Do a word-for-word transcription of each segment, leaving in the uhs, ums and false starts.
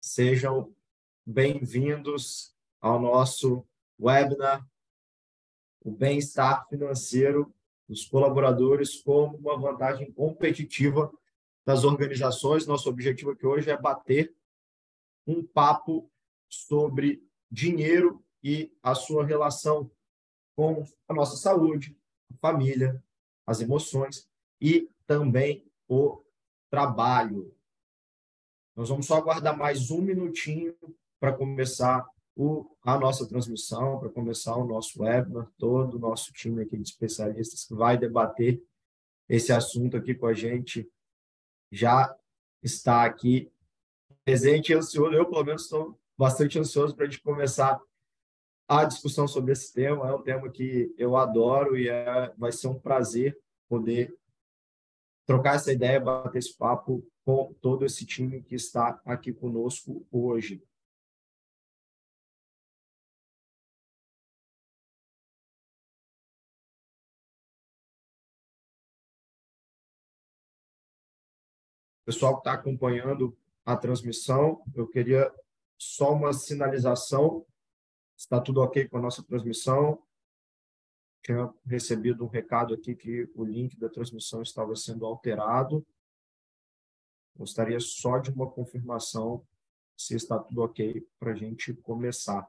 Sejam bem-vindos ao nosso webinar, o bem-estar financeiro dos colaboradores como uma vantagem competitiva das organizações. Nosso objetivo aqui hoje é bater um papo sobre dinheiro e a sua relação com a nossa saúde, a família, as emoções e também o trabalho. Nós vamos só aguardar mais um minutinho para começar o, a nossa transmissão, para começar o nosso webinar. Todo o nosso time aqui de especialistas que vai debater esse assunto aqui com a gente já está aqui presente e ansioso. Eu, pelo menos, estou bastante ansioso para a gente começar a discussão sobre esse tema. É um tema que eu adoro e é, vai ser um prazer poder trocar essa ideia, bater esse papo com todo esse time que está aqui conosco hoje. Pessoal que está acompanhando a transmissão, eu queria só uma sinalização. Está tudo ok com a nossa transmissão? Tinha recebido um recado aqui que o link da transmissão estava sendo alterado. Gostaria só de uma confirmação se está tudo ok para a gente começar.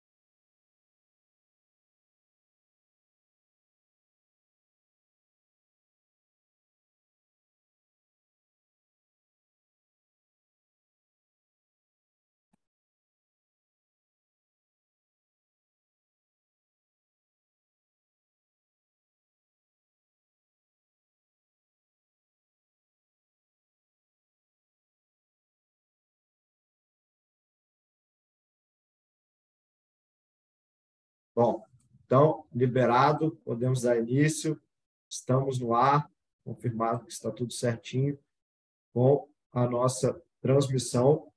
Bom, então, liberado, podemos dar início. Estamos no ar, confirmado que está tudo certinho com a nossa transmissão.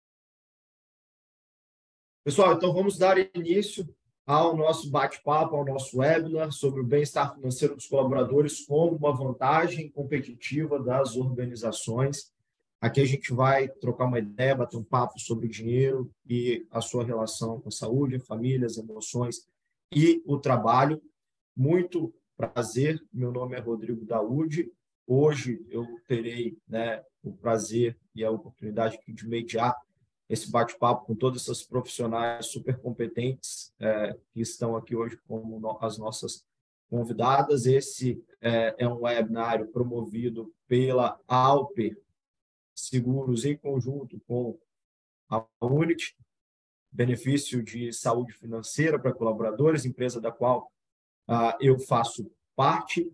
Pessoal, então vamos dar início ao nosso bate-papo, ao nosso webinar sobre o bem-estar financeiro dos colaboradores como uma vantagem competitiva das organizações. Aqui a gente vai trocar uma ideia, bater um papo sobre o dinheiro e a sua relação com a saúde, a família, as emoções e o trabalho. Muito prazer, meu nome é Rodrigo Daúde. Hoje eu terei, né, o prazer e a oportunidade de mediar esse bate-papo com todos esses profissionais super competentes é, que estão aqui hoje como no, as nossas convidadas. Esse é, é um webinário promovido pela Alper Seguros em conjunto com a Unity, benefício de saúde financeira para colaboradores, empresa da qual ah, eu faço parte.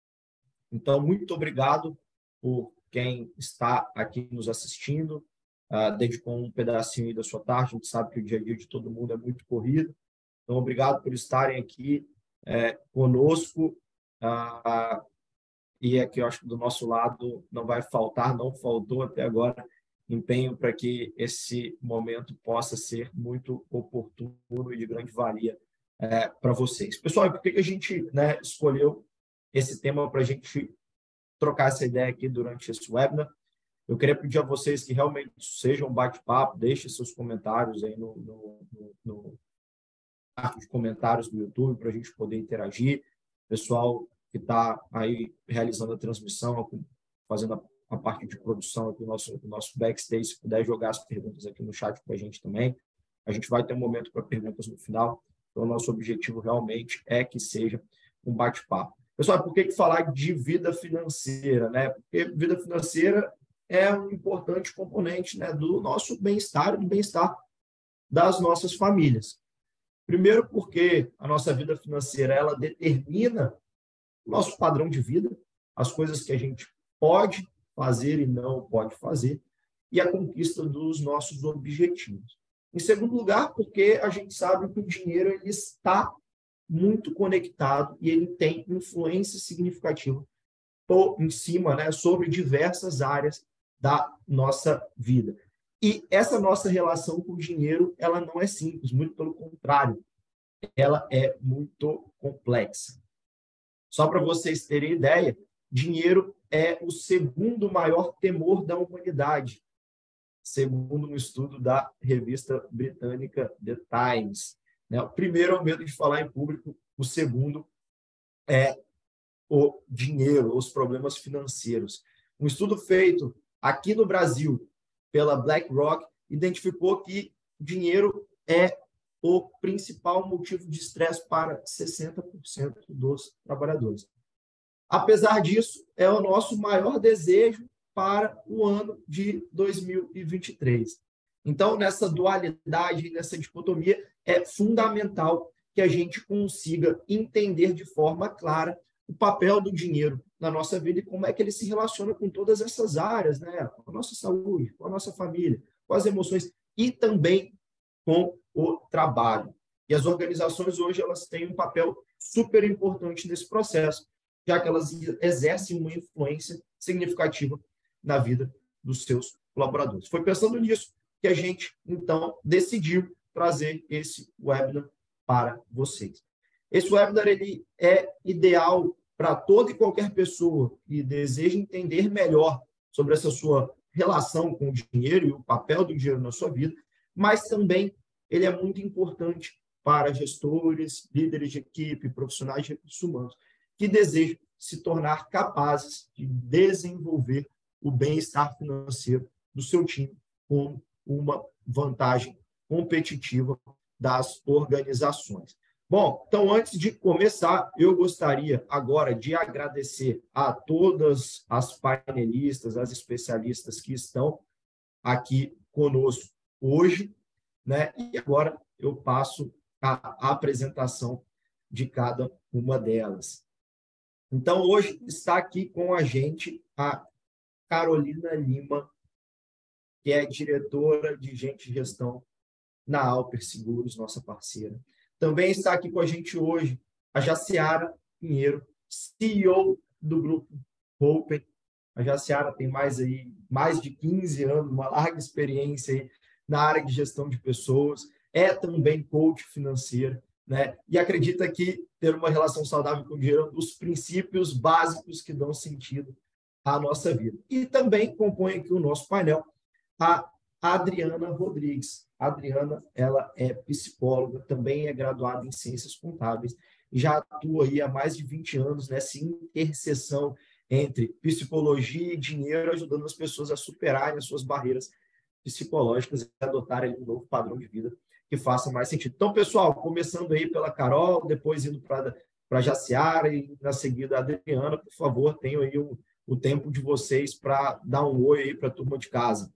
Então, muito obrigado por quem está aqui nos assistindo, ah, dedicou um pedacinho da sua tarde. A gente sabe que o dia a dia de todo mundo é muito corrido. Então, obrigado por estarem aqui é, conosco. Ah, e aqui eu acho que do nosso lado não vai faltar, não faltou até agora, empenho para que esse momento possa ser muito oportuno e de grande valia é, para vocês. Pessoal, e por que a gente, né, escolheu esse tema para a gente trocar essa ideia aqui durante esse webinar? Eu queria pedir a vocês que realmente seja um bate-papo, deixem seus comentários aí no, no, no, no parte de comentários do YouTube para a gente poder interagir. Pessoal que está aí realizando a transmissão, fazendo a, a parte de produção aqui do nosso, do nosso backstage, se puder jogar as perguntas aqui no chat com a gente também. A gente vai ter um momento para perguntas no final, então o nosso objetivo realmente é que seja um bate-papo. Pessoal, por que, que falar de vida financeira, né? Porque vida financeira é um importante componente, né, do nosso bem-estar e do bem-estar das nossas famílias. Primeiro porque a nossa vida financeira ela determina o nosso padrão de vida, as coisas que a gente pode fazer e não pode fazer, e a conquista dos nossos objetivos. Em segundo lugar, porque a gente sabe que o dinheiro ele está muito conectado e ele tem influência significativa em cima, né, sobre diversas áreas da nossa vida. E essa nossa relação com o dinheiro, ela não é simples, muito pelo contrário, ela é muito complexa. Só para vocês terem ideia, dinheiro é o segundo maior temor da humanidade. segundo um estudo da revista britânica The Times. Né? O primeiro é o medo de falar em público, o segundo é o dinheiro, os problemas financeiros. Um estudo feito aqui no Brasil pela BlackRock identificou que dinheiro é o principal motivo de estresse para sessenta por cento dos trabalhadores. Apesar disso, é o nosso maior desejo para o ano de dois mil e vinte e três. Então, nessa dualidade, nessa dicotomia, é fundamental que a gente consiga entender de forma clara o papel do dinheiro na nossa vida e como é que ele se relaciona com todas essas áreas, né? Com a nossa saúde, com a nossa família, com as emoções e também com o trabalho. E as organizações hoje elas têm um papel super importante nesse processo, já que elas exercem uma influência significativa na vida dos seus colaboradores. Foi pensando nisso que a gente, então, decidiu trazer esse webinar para vocês. Esse webinar ele é ideal para toda e qualquer pessoa que deseja entender melhor sobre essa sua relação com o dinheiro e o papel do dinheiro na sua vida, mas também ele é muito importante para gestores, líderes de equipe, profissionais de recursos humanos, que desejam se tornar capazes de desenvolver o bem-estar financeiro do seu time como uma vantagem competitiva das organizações. Bom, então, antes de começar, eu gostaria agora de agradecer a todas as painelistas, as especialistas que estão aqui conosco hoje, né? E agora eu passo a apresentação de cada uma delas. Então, hoje está aqui com a gente a Carolina Lima, que é diretora de Gente e Gestão na Alper Seguros, nossa parceira. Também está aqui com a gente hoje a Jaciara Pinheiro, C E O do grupo Open. A Jaciara tem mais, aí, mais de quinze anos, uma larga experiência aí na área de gestão de pessoas, é também coach financeiro, né? E acredita que ter uma relação saudável com o dinheiro é um dos princípios básicos que dão sentido à nossa vida. E também compõe aqui o nosso painel a Adriana Rodrigues. A Adriana, ela é psicóloga, também é graduada em Ciências Contábeis e já atua aí há mais de vinte anos nessa interseção entre psicologia e dinheiro, ajudando as pessoas a superarem as suas barreiras psicológicas e adotarem um novo padrão de vida que faça mais sentido. Então, pessoal, começando aí pela Carol, depois indo para a Jaciara e na seguida a Adriana, por favor, tenham aí o, o tempo de vocês para dar um oi aí para a turma de casa.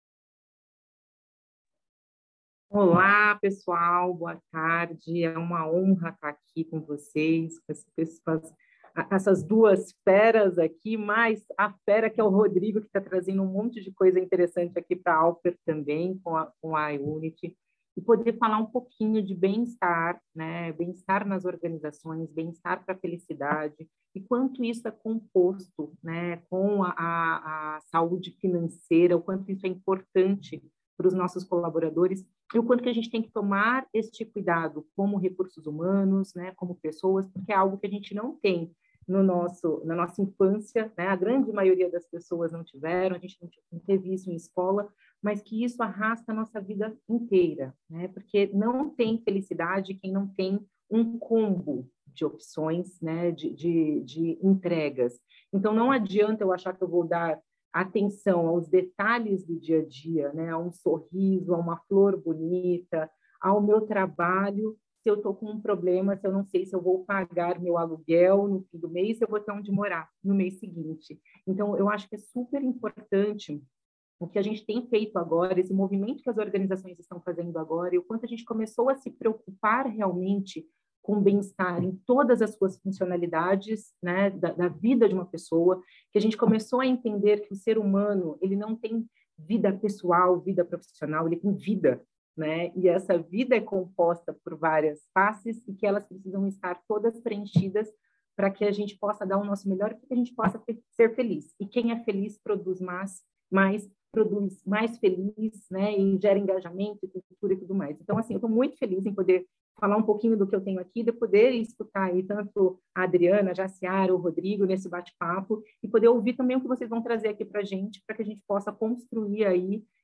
Olá, pessoal, boa tarde. É uma honra estar aqui com vocês, com essas, essas duas feras aqui, mais a fera que é o Rodrigo, que está trazendo um monte de coisa interessante aqui para a Alper também, com a, com a iUnity, e poder falar um pouquinho de bem-estar, né? Bem-estar nas organizações, bem-estar para a felicidade, e quanto isso é composto, né, com a, a, a saúde financeira, o quanto isso é importante para os nossos colaboradores, e o quanto que a gente tem que tomar este cuidado como recursos humanos, né, como pessoas, porque é algo que a gente não tem no nosso, na nossa infância, né, a grande maioria das pessoas não tiveram, a gente não teve isso em escola, mas que isso arrasta a nossa vida inteira, né, porque não tem felicidade quem não tem um combo de opções, né, de, de, de entregas. Então, não adianta eu achar que eu vou dar atenção aos detalhes do dia a dia, né? A um sorriso, a uma flor bonita, ao meu trabalho, se eu estou com um problema, se eu não sei se eu vou pagar meu aluguel no fim do mês, se eu vou ter onde morar no mês seguinte. Então, eu acho que é super importante o que a gente tem feito agora, esse movimento que as organizações estão fazendo agora, e o quanto a gente começou a se preocupar realmente com bem-estar em todas as suas funcionalidades, né, da, da vida de uma pessoa, que a gente começou a entender que o ser humano, ele não tem vida pessoal, vida profissional, ele tem vida, né, e essa vida é composta por várias faces e que elas precisam estar todas preenchidas para que a gente possa dar o nosso melhor e que a gente possa ser feliz. E quem é feliz produz mais, mais produz mais feliz, né, e gera engajamento, cultura e tudo mais. Então, assim, eu estou muito feliz em poder falar um pouquinho do que eu tenho aqui, de poder escutar aí tanto a Adriana, a Jaciara, o Rodrigo nesse bate-papo e poder ouvir também o que vocês vão trazer aqui para a gente, para que a gente possa construir aí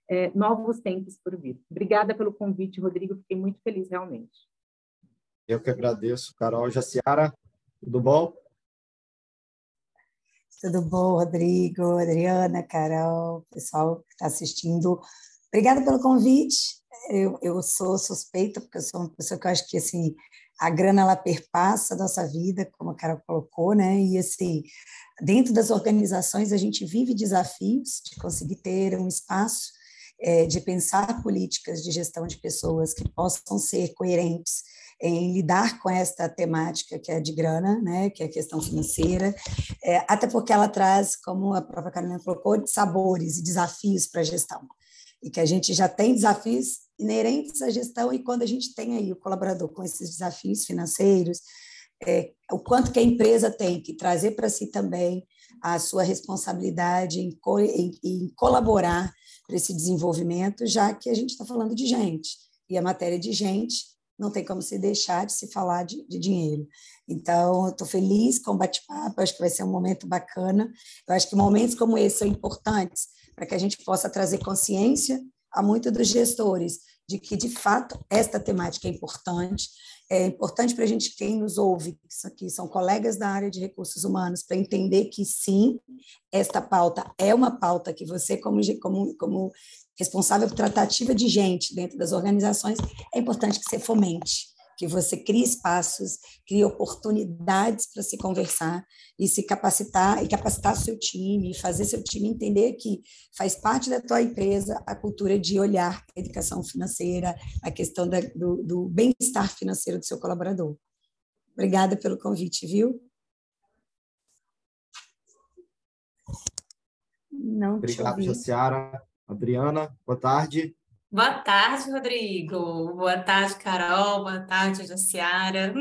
é, novos tempos por vir. Obrigada pelo convite, Rodrigo, fiquei muito feliz, realmente. Eu que agradeço, Carol. Jaciara, tudo bom? Tudo bom, Rodrigo, Adriana, Carol, pessoal que está assistindo. Obrigada pelo convite. Eu, eu sou suspeita, porque eu sou uma pessoa que eu acho que assim, a grana ela perpassa a nossa vida, como a Carol colocou, né? E assim, dentro das organizações a gente vive desafios de conseguir ter um espaço é, de pensar políticas de gestão de pessoas que possam ser coerentes em lidar com esta temática que é de grana, né, que é a questão financeira, é, até porque ela traz, como a própria Carolina colocou, sabores e desafios para a gestão, e que a gente já tem desafios inerentes à gestão, e quando a gente tem aí o colaborador com esses desafios financeiros, é, o quanto que a empresa tem que trazer para si também a sua responsabilidade em, co em, em colaborar para esse desenvolvimento, já que a gente está falando de gente, e a matéria de gente não tem como se deixar de se falar de, de dinheiro. Então, eu estou feliz com o bate-papo, acho que vai ser um momento bacana. Eu acho que momentos como esse são importantes para que a gente possa trazer consciência a muitos dos gestores de que, de fato, esta temática é importante. É importante para a gente, quem nos ouve, que são colegas da área de recursos humanos, para entender que, sim, esta pauta é uma pauta que você, como, como, como responsável por tratativa de gente dentro das organizações, é importante que você fomente, que você crie espaços, crie oportunidades para se conversar e se capacitar, e capacitar seu time, e fazer seu time entender que faz parte da tua empresa a cultura de olhar a educação financeira, a questão da, do, do bem-estar financeiro do seu colaborador. Obrigada pelo convite, viu? Não Obrigado, Jaciara. Adriana, boa tarde. Boa tarde, Rodrigo. Boa tarde, Carol. Boa tarde, Jaciara.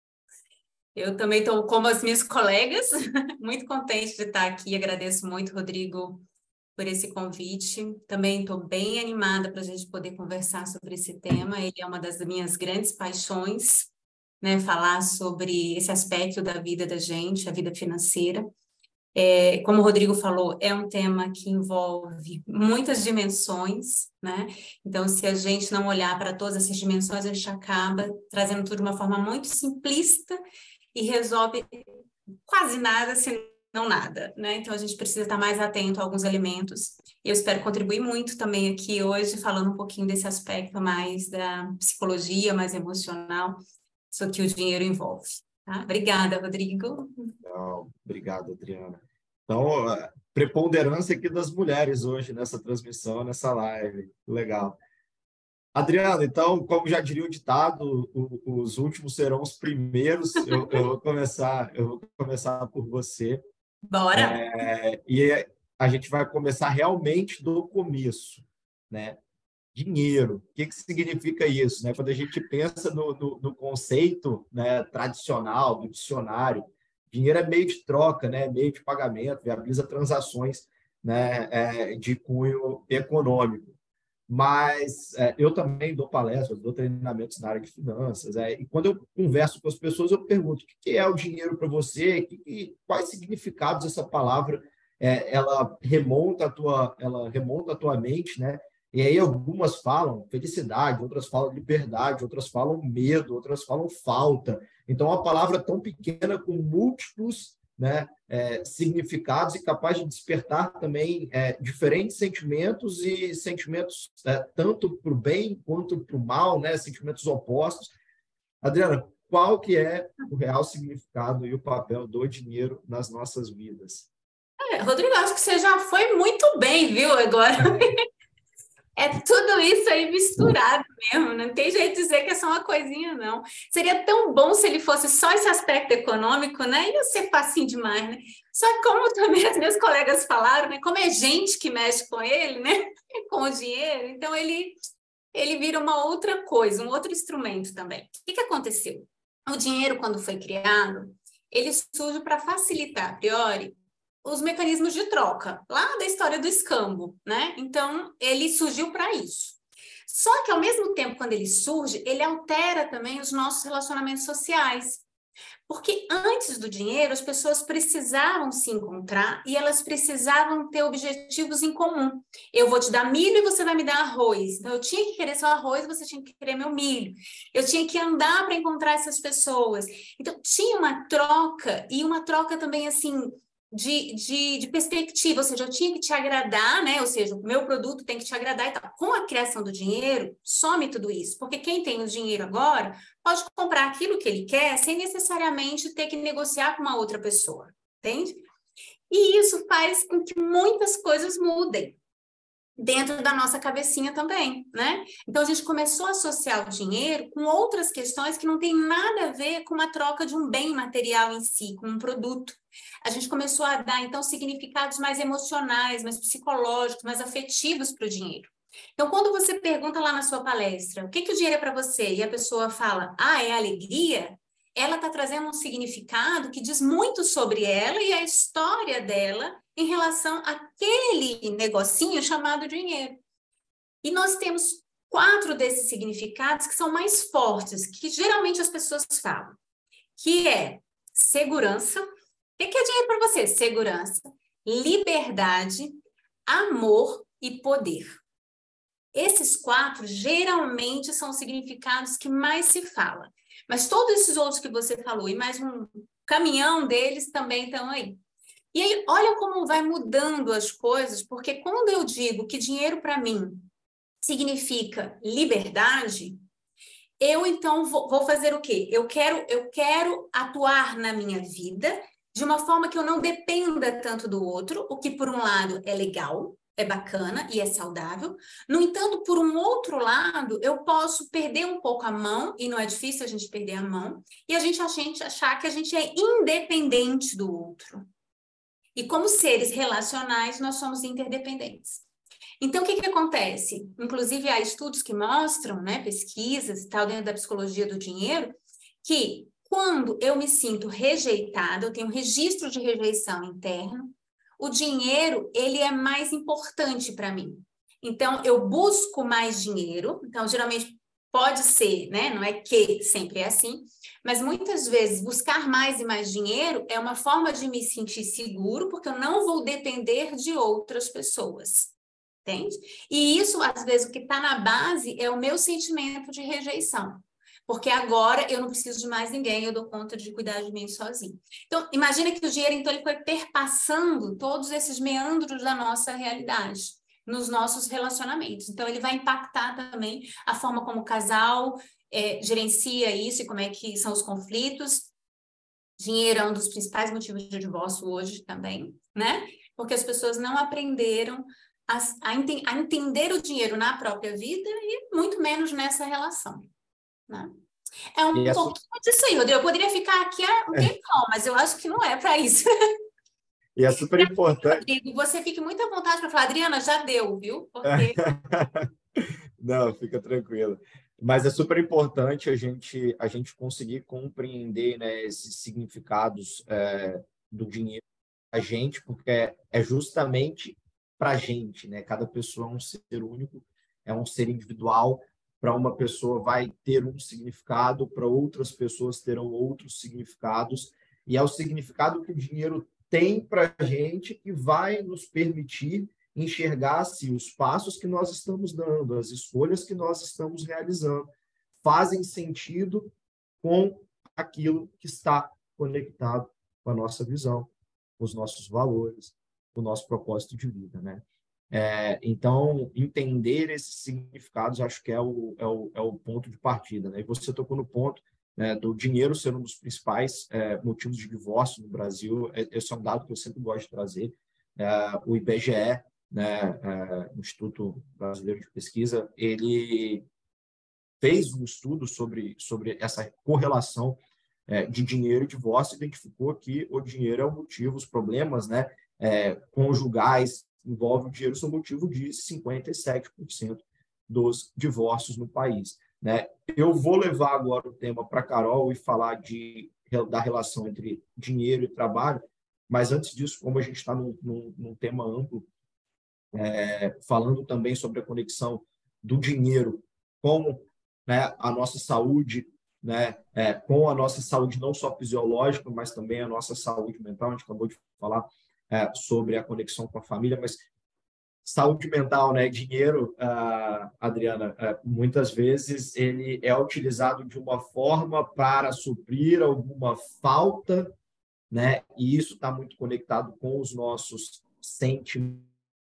Eu também estou, como as minhas colegas, muito contente de estar aqui. Agradeço muito, Rodrigo, por esse convite. Também estou bem animada para a gente poder conversar sobre esse tema. Ele é uma das minhas grandes paixões, né? Falar sobre esse aspecto da vida da gente, a vida financeira. É, como o Rodrigo falou, é um tema que envolve muitas dimensões, né? Então, se a gente não olhar para todas essas dimensões, a gente acaba trazendo tudo de uma forma muito simplista e resolve quase nada, se não nada, né? Então, a gente precisa estar mais atento a alguns elementos. Eu espero contribuir muito também aqui hoje, falando um pouquinho desse aspecto mais da psicologia, mais emocional, isso que o dinheiro envolve. Tá? Obrigada, Rodrigo. Não, obrigado, Adriana. Então, a preponderância aqui das mulheres hoje nessa transmissão, nessa live. Legal. Adriana, então, como já diria o ditado, o, os últimos serão os primeiros. Eu, eu, vou, começar, eu vou começar por você. Bora! É, e a gente vai começar realmente do começo, né? Dinheiro, o que, que significa isso? Né? Quando a gente pensa no, no, no conceito, né, tradicional, do dicionário, dinheiro é meio de troca, né, meio de pagamento, viabiliza transações, né, é, de cunho econômico. Mas é, eu também dou palestras, dou treinamentos na área de finanças, é, e quando eu converso com as pessoas, eu pergunto: o que é o dinheiro para você? Que, que, quais significados essa palavra é, ela remonta a tua, ela remonta a tua mente, né? E aí algumas falam felicidade, outras falam liberdade, outras falam medo, outras falam falta. Então, uma palavra tão pequena com múltiplos, né, é, significados e capaz de despertar também é, diferentes sentimentos e sentimentos é, tanto para o bem quanto para o mal, né, sentimentos opostos. Adriana, qual que é o real significado e o papel do dinheiro nas nossas vidas? É, Rodrigo, acho que você já foi muito bem, viu, agora. É tudo isso aí misturado mesmo, não tem jeito de dizer que é só uma coisinha, não. Seria tão bom se ele fosse só esse aspecto econômico, né? Ia ser facinho demais, né? Só que como também as minhas colegas falaram, né? Como é gente que mexe com ele, né? Com o dinheiro, então ele, ele vira uma outra coisa, um outro instrumento também. O que, que aconteceu? O dinheiro, quando foi criado, ele surge para facilitar, a priori, os mecanismos de troca, lá da história do escambo, né? Então, ele surgiu para isso. Só que, ao mesmo tempo, quando ele surge, ele altera também os nossos relacionamentos sociais. Porque antes do dinheiro, as pessoas precisavam se encontrar e elas precisavam ter objetivos em comum. Eu vou te dar milho e você vai me dar arroz. Então, eu tinha que querer seu arroz e você tinha que querer meu milho. Eu tinha que andar para encontrar essas pessoas. Então, tinha uma troca e uma troca também, assim, de, de, de perspectiva. Ou seja, eu tinha que te agradar, né? Ou seja, o meu produto tem que te agradar e tal. Com a criação do dinheiro, some tudo isso. Porque quem tem o dinheiro agora pode comprar aquilo que ele quer sem necessariamente ter que negociar com uma outra pessoa, entende? E isso faz com que muitas coisas mudem dentro da nossa cabecinha também, né? Então, a gente começou a associar o dinheiro com outras questões que não tem nada a ver com a troca de um bem material em si, com um produto. A gente começou a dar, então, significados mais emocionais, mais psicológicos, mais afetivos para o dinheiro. Então, quando você pergunta lá na sua palestra, o que, que o dinheiro é para você? E a pessoa fala, ah, é alegria, ela está trazendo um significado que diz muito sobre ela e a história dela em relação àquele negocinho chamado dinheiro. E nós temos quatro desses significados que são mais fortes, que geralmente as pessoas falam, que é segurança. O que, que é dinheiro para você? Segurança, liberdade, amor e poder. Esses quatro, geralmente, são os significados que mais se fala. Mas todos esses outros que você falou, e mais um caminhão deles também estão aí. E aí, olha como vai mudando as coisas, porque quando eu digo que dinheiro, para mim, significa liberdade, eu, então, vou, vou fazer o quê? Eu quero, eu quero atuar na minha vida de uma forma que eu não dependa tanto do outro, o que, por um lado, é legal, é bacana e é saudável. No entanto, por um outro lado, eu posso perder um pouco a mão, e não é difícil a gente perder a mão, e a gente, a gente achar que a gente é independente do outro. E como seres relacionais, nós somos interdependentes. Então, o que, que acontece? Inclusive, há estudos que mostram, né, pesquisas e tal, dentro da psicologia do dinheiro, que quando eu me sinto rejeitada, eu tenho um registro de rejeição interno, o dinheiro, ele é mais importante para mim. Então, eu busco mais dinheiro. Então, geralmente, pode ser, né? Não é que sempre é assim, mas muitas vezes buscar mais e mais dinheiro é uma forma de me sentir seguro, porque eu não vou depender de outras pessoas, entende? E isso, às vezes, o que está na base é o meu sentimento de rejeição. Porque agora eu não preciso de mais ninguém, eu dou conta de cuidar de mim sozinho. Então, imagina que o dinheiro, então, ele foi perpassando todos esses meandros da nossa realidade, nos nossos relacionamentos. Então, ele vai impactar também a forma como o casal é, gerencia isso e como é que são os conflitos. Dinheiro é um dos principais motivos de divórcio hoje também, né? Porque as pessoas não aprenderam a, a, ente, a entender o dinheiro na própria vida e muito menos nessa relação. Né? É um e pouquinho é su... disso aí, Rodrigo. Eu poderia ficar aqui um tempão, mas eu acho que não é para isso. E é super importante. Rodrigo, você fique muito à vontade para falar, Adriana, já deu, viu? Porque... Não, fica tranquila. Mas é super importante a gente, a gente conseguir compreender, né, esses significados é, do dinheiro a gente, porque é justamente para a gente, né? Cada pessoa é um ser único, é um ser individual. Para uma pessoa vai ter um significado, para outras pessoas terão outros significados, e é o significado que o dinheiro tem para a gente que vai nos permitir enxergar se os passos que nós estamos dando, as escolhas que nós estamos realizando, fazem sentido com aquilo que está conectado com a nossa visão, com os nossos valores, com o nosso propósito de vida, né? É, então, entender esses significados, acho que é o, é o, é o ponto de partida, né? E você tocou no ponto, né, do dinheiro ser um dos principais é, motivos de divórcio no Brasil. Esse é um dado que eu sempre gosto de trazer. É, o I B G E, né, é, Instituto Brasileiro de Pesquisa, ele fez um estudo sobre, sobre essa correlação é, de dinheiro e divórcio, identificou que o dinheiro é o motivo, os problemas, né, é, conjugais envolve o dinheiro, são motivo de cinquenta e sete por cento dos divórcios no país, né? Eu vou levar agora o tema para a Carol e falar de, da relação entre dinheiro e trabalho, mas antes disso, como a gente está num, num, num tema amplo, é, falando também sobre a conexão do dinheiro com, né, a nossa saúde né, é, com a nossa saúde não só fisiológica, mas também a nossa saúde mental. A gente acabou de falar é, sobre a conexão com a família, mas saúde mental, né, dinheiro, uh, Adriana, uh, muitas vezes ele é utilizado de uma forma para suprir alguma falta, né, e isso está muito conectado com os nossos sentimentos.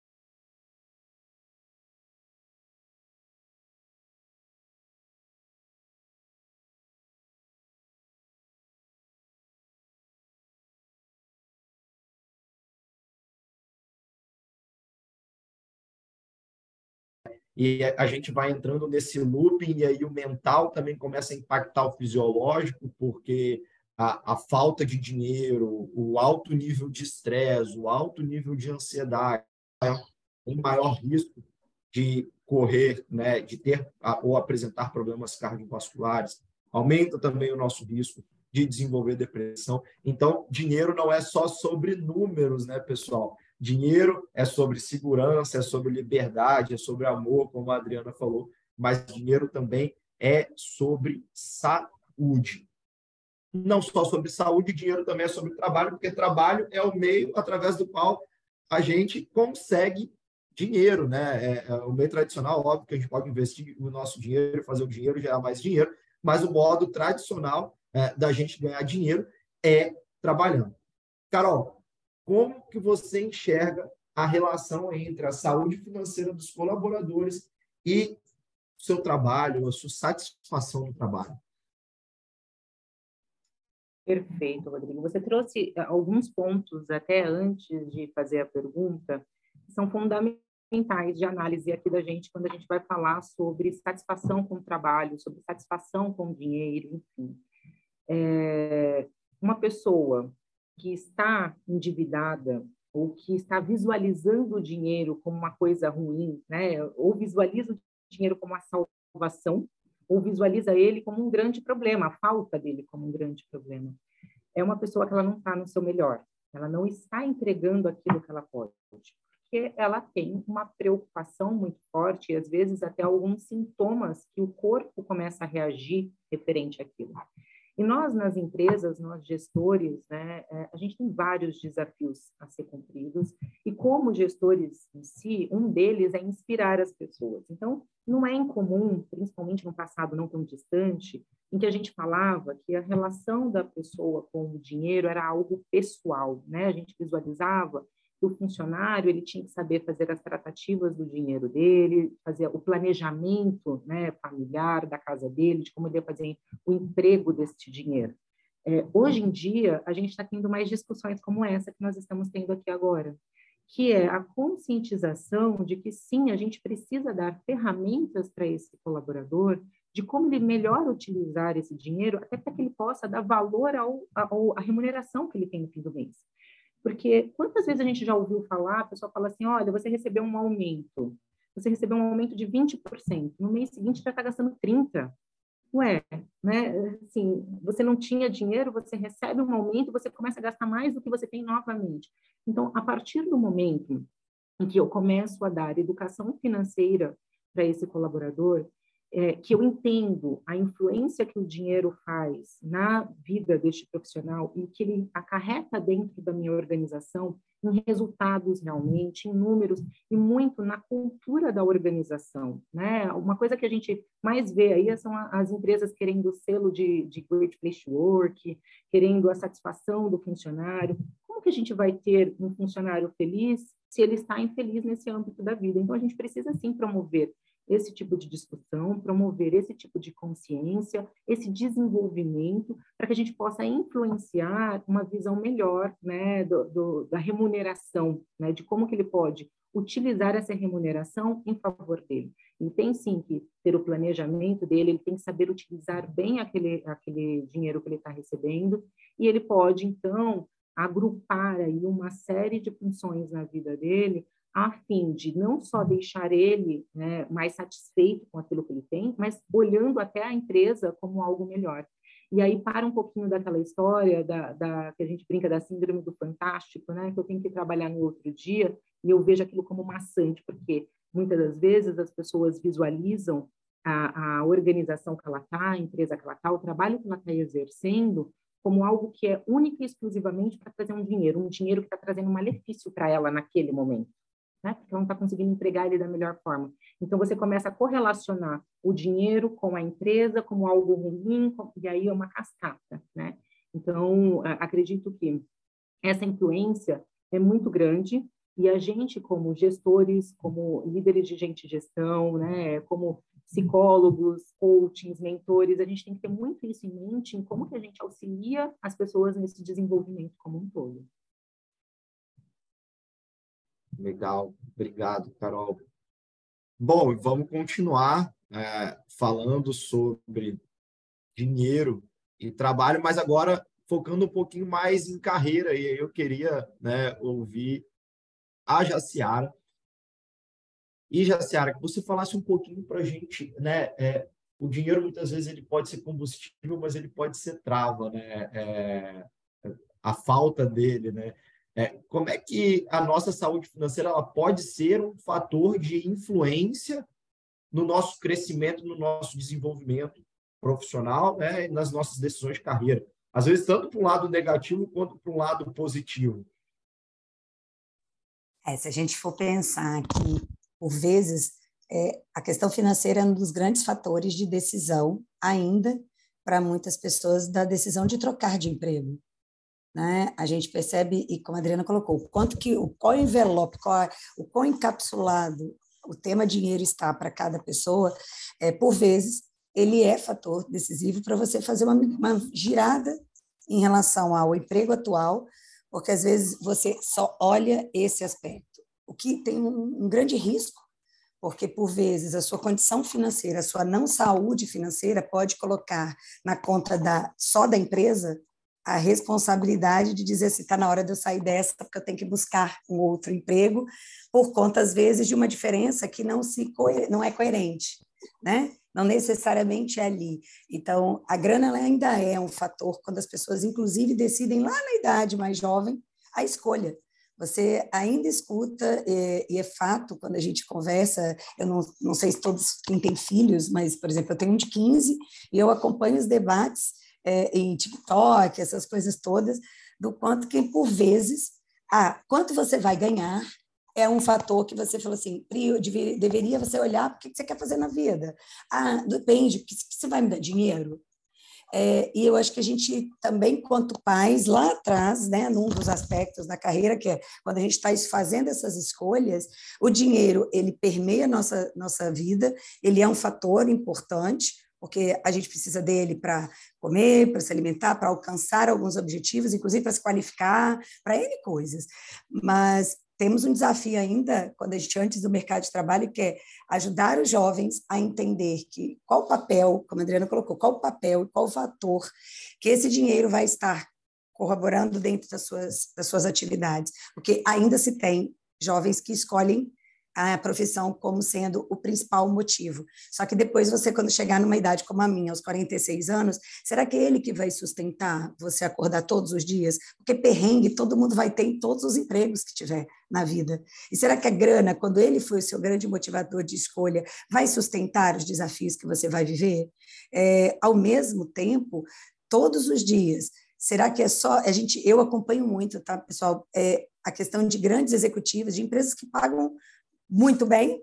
E a gente vai entrando nesse looping, e aí o mental também começa a impactar o fisiológico, porque a, a falta de dinheiro, o alto nível de estresse, o alto nível de ansiedade, tem maior risco de correr, né, de ter ou apresentar problemas cardiovasculares, aumenta também o nosso risco de desenvolver depressão. Então, dinheiro não é só sobre números, né, pessoal? Dinheiro é sobre segurança, é sobre liberdade, é sobre amor, como a Adriana falou, mas dinheiro também é sobre saúde. Não só sobre saúde, dinheiro também é sobre trabalho, porque trabalho é o meio através do qual a gente consegue dinheiro, né? É, é o meio tradicional, óbvio que a gente pode investir o nosso dinheiro, fazer o dinheiro gerar mais dinheiro, mas o modo tradicional é, da gente ganhar dinheiro é trabalhando. Carol, como que você enxerga a relação entre a saúde financeira dos colaboradores e o seu trabalho, a sua satisfação no trabalho? Perfeito, Rodrigo. Você trouxe alguns pontos até antes de fazer a pergunta, que são fundamentais de análise aqui da gente quando a gente vai falar sobre satisfação com o trabalho, sobre satisfação com o dinheiro, enfim. É, uma pessoa que está endividada ou que está visualizando o dinheiro como uma coisa ruim, né? Ou visualiza o dinheiro como uma salvação, ou visualiza ele como um grande problema, a falta dele como um grande problema. É uma pessoa que ela não está no seu melhor, ela não está entregando aquilo que ela pode, porque ela tem uma preocupação muito forte e, às vezes, até alguns sintomas que o corpo começa a reagir referente àquilo. E nós, nas empresas, nós gestores, né, a gente tem vários desafios a ser cumpridos, e como gestores em si, um deles é inspirar as pessoas. Então, não é incomum, principalmente no passado não tão distante, em que a gente falava que a relação da pessoa com o dinheiro era algo pessoal, né? A gente visualizava que o funcionário ele tinha que saber fazer as tratativas do dinheiro dele, fazer o planejamento, né, familiar da casa dele, de como ele ia fazer o emprego desse dinheiro. É, hoje em dia, a gente está tendo mais discussões como essa que nós estamos tendo aqui agora, que é a conscientização de que, sim, a gente precisa dar ferramentas para esse colaborador de como ele melhor utilizar esse dinheiro, até para que ele possa dar valor ao, ao, à remuneração que ele tem no fim do mês. Porque quantas vezes a gente já ouviu falar, a pessoa fala assim, olha, você recebeu um aumento, você recebeu um aumento de vinte por cento, no mês seguinte já está gastando trinta por cento. Ué, né? Assim, você não tinha dinheiro, você recebe um aumento, você começa a gastar mais do que você tem novamente. Então, a partir do momento em que eu começo a dar educação financeira para esse colaborador, é, que eu entendo a influência que o dinheiro faz na vida deste profissional e que ele acarreta dentro da minha organização em resultados realmente, em números e muito na cultura da organização, né? Uma coisa que a gente mais vê aí são as empresas querendo o selo de, de Great Place to Work, querendo a satisfação do funcionário. Como que a gente vai ter um funcionário feliz se ele está infeliz nesse âmbito da vida? Então, a gente precisa, sim, promover esse tipo de discussão, promover esse tipo de consciência, esse desenvolvimento, para que a gente possa influenciar uma visão melhor, né, do, do, da remuneração, né, de como que ele pode utilizar essa remuneração em favor dele. E tem, sim, que ter o planejamento dele, ele tem que saber utilizar bem aquele, aquele dinheiro que ele está recebendo, e ele pode, então, agrupar aí uma série de funções na vida dele, a fim de não só deixar ele, né, mais satisfeito com aquilo que ele tem, mas olhando até a empresa como algo melhor. E aí para um pouquinho daquela história da, da, que a gente brinca da síndrome do fantástico, né, que eu tenho que trabalhar no outro dia, e eu vejo aquilo como maçante, porque muitas das vezes as pessoas visualizam a, a organização que ela está, a empresa que ela está, o trabalho que ela está exercendo, como algo que é única e exclusivamente para trazer um dinheiro, um dinheiro que está trazendo um malefício para ela naquele momento, né? Porque ela não está conseguindo empregar ele da melhor forma. Então, você começa a correlacionar o dinheiro com a empresa como algo ruim, e aí é uma cascata, né? Então, acredito que essa influência é muito grande, e a gente, como gestores, como líderes de gente de gestão, né, como psicólogos, coachings, mentores, a gente tem que ter muito isso em mente, em como que a gente auxilia as pessoas nesse desenvolvimento como um todo. Legal, obrigado, Carol. Bom, vamos continuar é, falando sobre dinheiro e trabalho, mas agora focando um pouquinho mais em carreira, e aí eu queria, né, ouvir a Jaciara. E, Jaciara, que você falasse um pouquinho para a gente, né? É, o dinheiro, muitas vezes, ele pode ser combustível, mas ele pode ser trava, né? É, a falta dele, né? É, como é que a nossa saúde financeira ela pode ser um fator de influência no nosso crescimento, no nosso desenvolvimento profissional, né? E nas nossas decisões de carreira? Às vezes, tanto para um lado negativo quanto para um lado positivo. É, se a gente for pensar que, por vezes, é, a questão financeira é um dos grandes fatores de decisão, ainda, para muitas pessoas, da decisão de trocar de emprego. Né? A gente percebe, e como a Adriana colocou, o quanto que, o qual envelope, qual, o quão encapsulado o tema dinheiro está para cada pessoa, é, por vezes, ele é fator decisivo para você fazer uma, uma girada em relação ao emprego atual, porque às vezes você só olha esse aspecto, o que tem um, um grande risco, porque por vezes a sua condição financeira, a sua não saúde financeira pode colocar na conta da, só da empresa a responsabilidade de dizer se está na hora de eu sair dessa, porque eu tenho que buscar um outro emprego, por conta, às vezes, de uma diferença que não, se, não é coerente, né? Não necessariamente é ali. Então, a grana ela ainda é um fator quando as pessoas, inclusive, decidem lá na idade mais jovem a escolha. Você ainda escuta, e, e é fato, quando a gente conversa, eu não, não sei se todos quem tem filhos, mas, por exemplo, eu tenho um de quinze e eu acompanho os debates é, em TikTok, essas coisas todas, do quanto que, por vezes, ah, quanto você vai ganhar é um fator que você falou assim, Pri, deveria, deveria você olhar o que você quer fazer na vida. Ah, depende, que você vai me dar dinheiro? É, e eu acho que a gente também, quanto pais, lá atrás, né, num dos aspectos da carreira, que é quando a gente está fazendo essas escolhas, o dinheiro, ele permeia a nossa, nossa vida, ele é um fator importante, porque a gente precisa dele para comer, para se alimentar, para alcançar alguns objetivos, inclusive para se qualificar, para N coisas. Mas temos um desafio ainda, quando a gente antes do mercado de trabalho, que é ajudar os jovens a entender que qual o papel, como a Adriana colocou, qual o papel e qual o fator que esse dinheiro vai estar corroborando dentro das suas, das suas atividades. Porque ainda se tem jovens que escolhem a profissão como sendo o principal motivo. Só que depois você, quando chegar numa idade como a minha, aos quarenta e seis anos, será que é ele que vai sustentar você acordar todos os dias? Porque perrengue todo mundo vai ter em todos os empregos que tiver na vida. E será que a grana, quando ele foi o seu grande motivador de escolha, vai sustentar os desafios que você vai viver? É, ao mesmo tempo, todos os dias, será que é só... A gente, eu acompanho muito, tá, pessoal? É, a questão de grandes executivos, de empresas que pagam muito bem,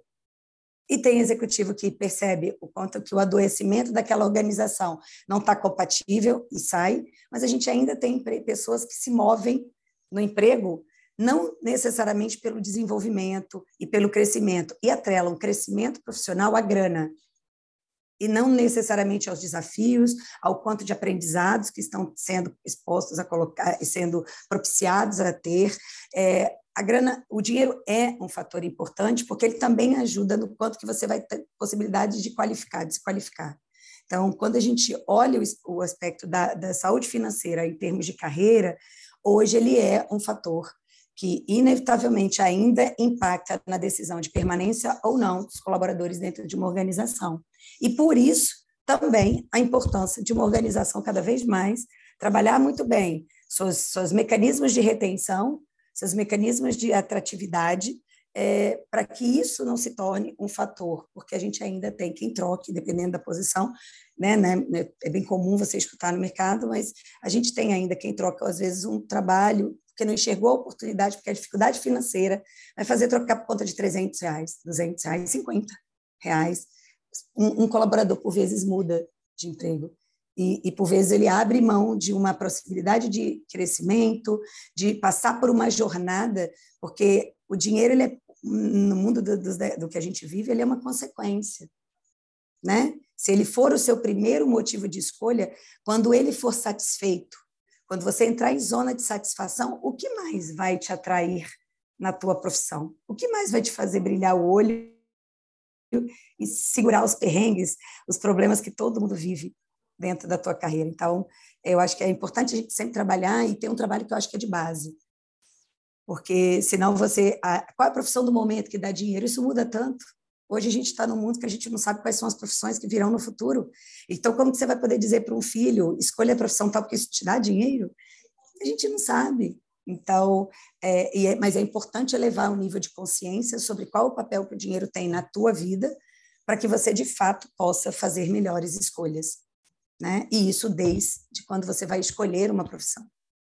e tem executivo que percebe o quanto que o adoecimento daquela organização não está compatível e sai, mas a gente ainda tem pessoas que se movem no emprego não necessariamente pelo desenvolvimento e pelo crescimento, e atrelam crescimento profissional à grana, e não necessariamente aos desafios, ao quanto de aprendizados que estão sendo expostos a colocar e sendo propiciados a ter. É, a grana, o dinheiro é um fator importante porque ele também ajuda no quanto que você vai ter possibilidade de qualificar, de se qualificar. Então, quando a gente olha o, o aspecto da, da saúde financeira em termos de carreira, hoje ele é um fator que inevitavelmente ainda impacta na decisão de permanência ou não dos colaboradores dentro de uma organização. E por isso também a importância de uma organização cada vez mais trabalhar muito bem seus, seus mecanismos de retenção, seus mecanismos de atratividade, é, para que isso não se torne um fator, porque a gente ainda tem quem troque, dependendo da posição, né, né, é bem comum você escutar no mercado, mas a gente tem ainda quem troca, às vezes, um trabalho porque não enxergou a oportunidade, porque a dificuldade financeira vai fazer trocar por conta de trezentos reais, duzentos reais, cinquenta reais. Um, um colaborador, por vezes, muda de emprego. E, e, por vezes, ele abre mão de uma possibilidade de crescimento, de passar por uma jornada, porque o dinheiro, ele é, no mundo do, do, do que a gente vive, ele é uma consequência, né? Se ele for o seu primeiro motivo de escolha, quando ele for satisfeito, quando você entrar em zona de satisfação, o que mais vai te atrair na tua profissão? O que mais vai te fazer brilhar o olho e segurar os perrengues, os problemas que todo mundo vive dentro da tua carreira? Então, eu acho que é importante a gente sempre trabalhar e ter um trabalho que eu acho que é de base. Porque senão você... A, qual é a profissão do momento que dá dinheiro? Isso muda tanto. Hoje a gente está num mundo que a gente não sabe quais são as profissões que virão no futuro. Então, como que você vai poder dizer para um filho, escolha a profissão tal porque isso te dá dinheiro? A gente não sabe. Então, é, e é, mas é importante elevar o nível de consciência sobre qual o papel que o dinheiro tem na tua vida para que você, de fato, possa fazer melhores escolhas, né? E isso desde quando você vai escolher uma profissão.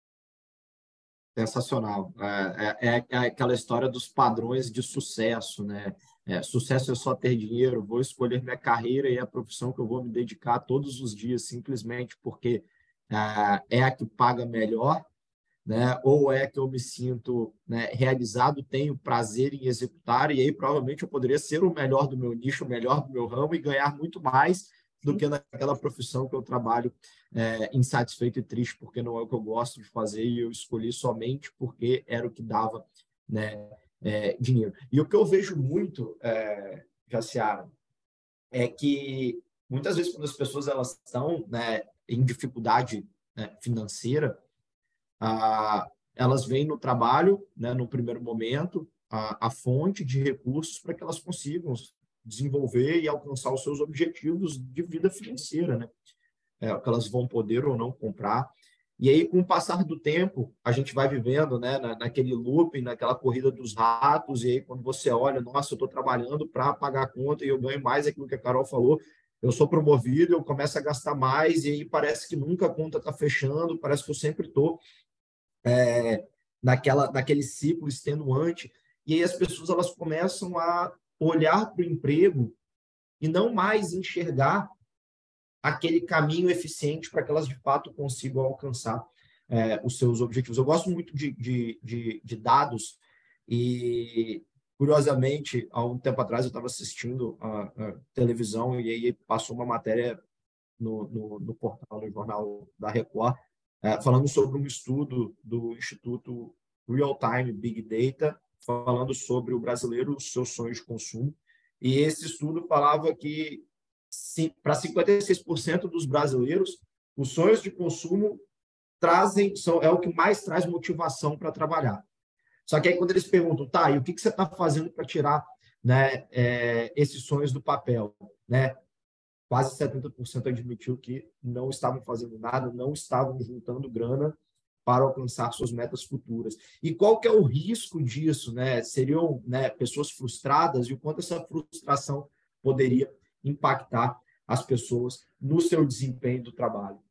Sensacional. É, é, é aquela história dos padrões de sucesso, né? É, sucesso é só ter dinheiro, vou escolher minha carreira e a profissão que eu vou me dedicar todos os dias, simplesmente porque é, é a que paga melhor, né? Ou é que eu me sinto, né, realizado, tenho prazer em executar, e aí provavelmente eu poderia ser o melhor do meu nicho, o melhor do meu ramo e ganhar muito mais do que naquela profissão que eu trabalho é, insatisfeito e triste, porque não é o que eu gosto de fazer e eu escolhi somente porque era o que dava, né, é, dinheiro. E o que eu vejo muito, é, Jaciara, é que muitas vezes quando as pessoas elas estão, né, em dificuldade, né, financeira, ah, elas veem no trabalho, né, no primeiro momento, a, a fonte de recursos para que elas consigam desenvolver e alcançar os seus objetivos de vida financeira, né? É, que elas vão poder ou não comprar. E aí, com o passar do tempo, a gente vai vivendo, né, na, naquele looping, naquela corrida dos ratos, e aí quando você olha, nossa, eu estou trabalhando para pagar a conta e eu ganho mais aquilo que a Carol falou, eu sou promovido, eu começo a gastar mais, e aí parece que nunca a conta está fechando, parece que eu sempre estou é, naquela, naquele ciclo extenuante, e aí as pessoas elas começam a olhar para o emprego e não mais enxergar aquele caminho eficiente para que elas, de fato, consigam alcançar é, os seus objetivos. Eu gosto muito de, de, de, de dados e, curiosamente, há um tempo atrás eu estava assistindo a, a televisão e aí passou uma matéria no, no, no portal, no jornal da Record, é, falando sobre um estudo do Instituto Real Time Big Data, falando sobre o brasileiro, os seus sonhos de consumo. E esse estudo falava que para cinquenta e seis por cento dos brasileiros, os sonhos de consumo trazem, são, é o que mais traz motivação para trabalhar. Só que aí quando eles perguntam, tá, e o que, que você está fazendo para tirar, né, é, esses sonhos do papel? Né? Quase setenta por cento admitiu que não estavam fazendo nada, não estavam juntando grana para alcançar suas metas futuras. E qual que é o risco disso? Né? Seriam, né, pessoas frustradas e o quanto essa frustração poderia impactar as pessoas no seu desempenho do trabalho.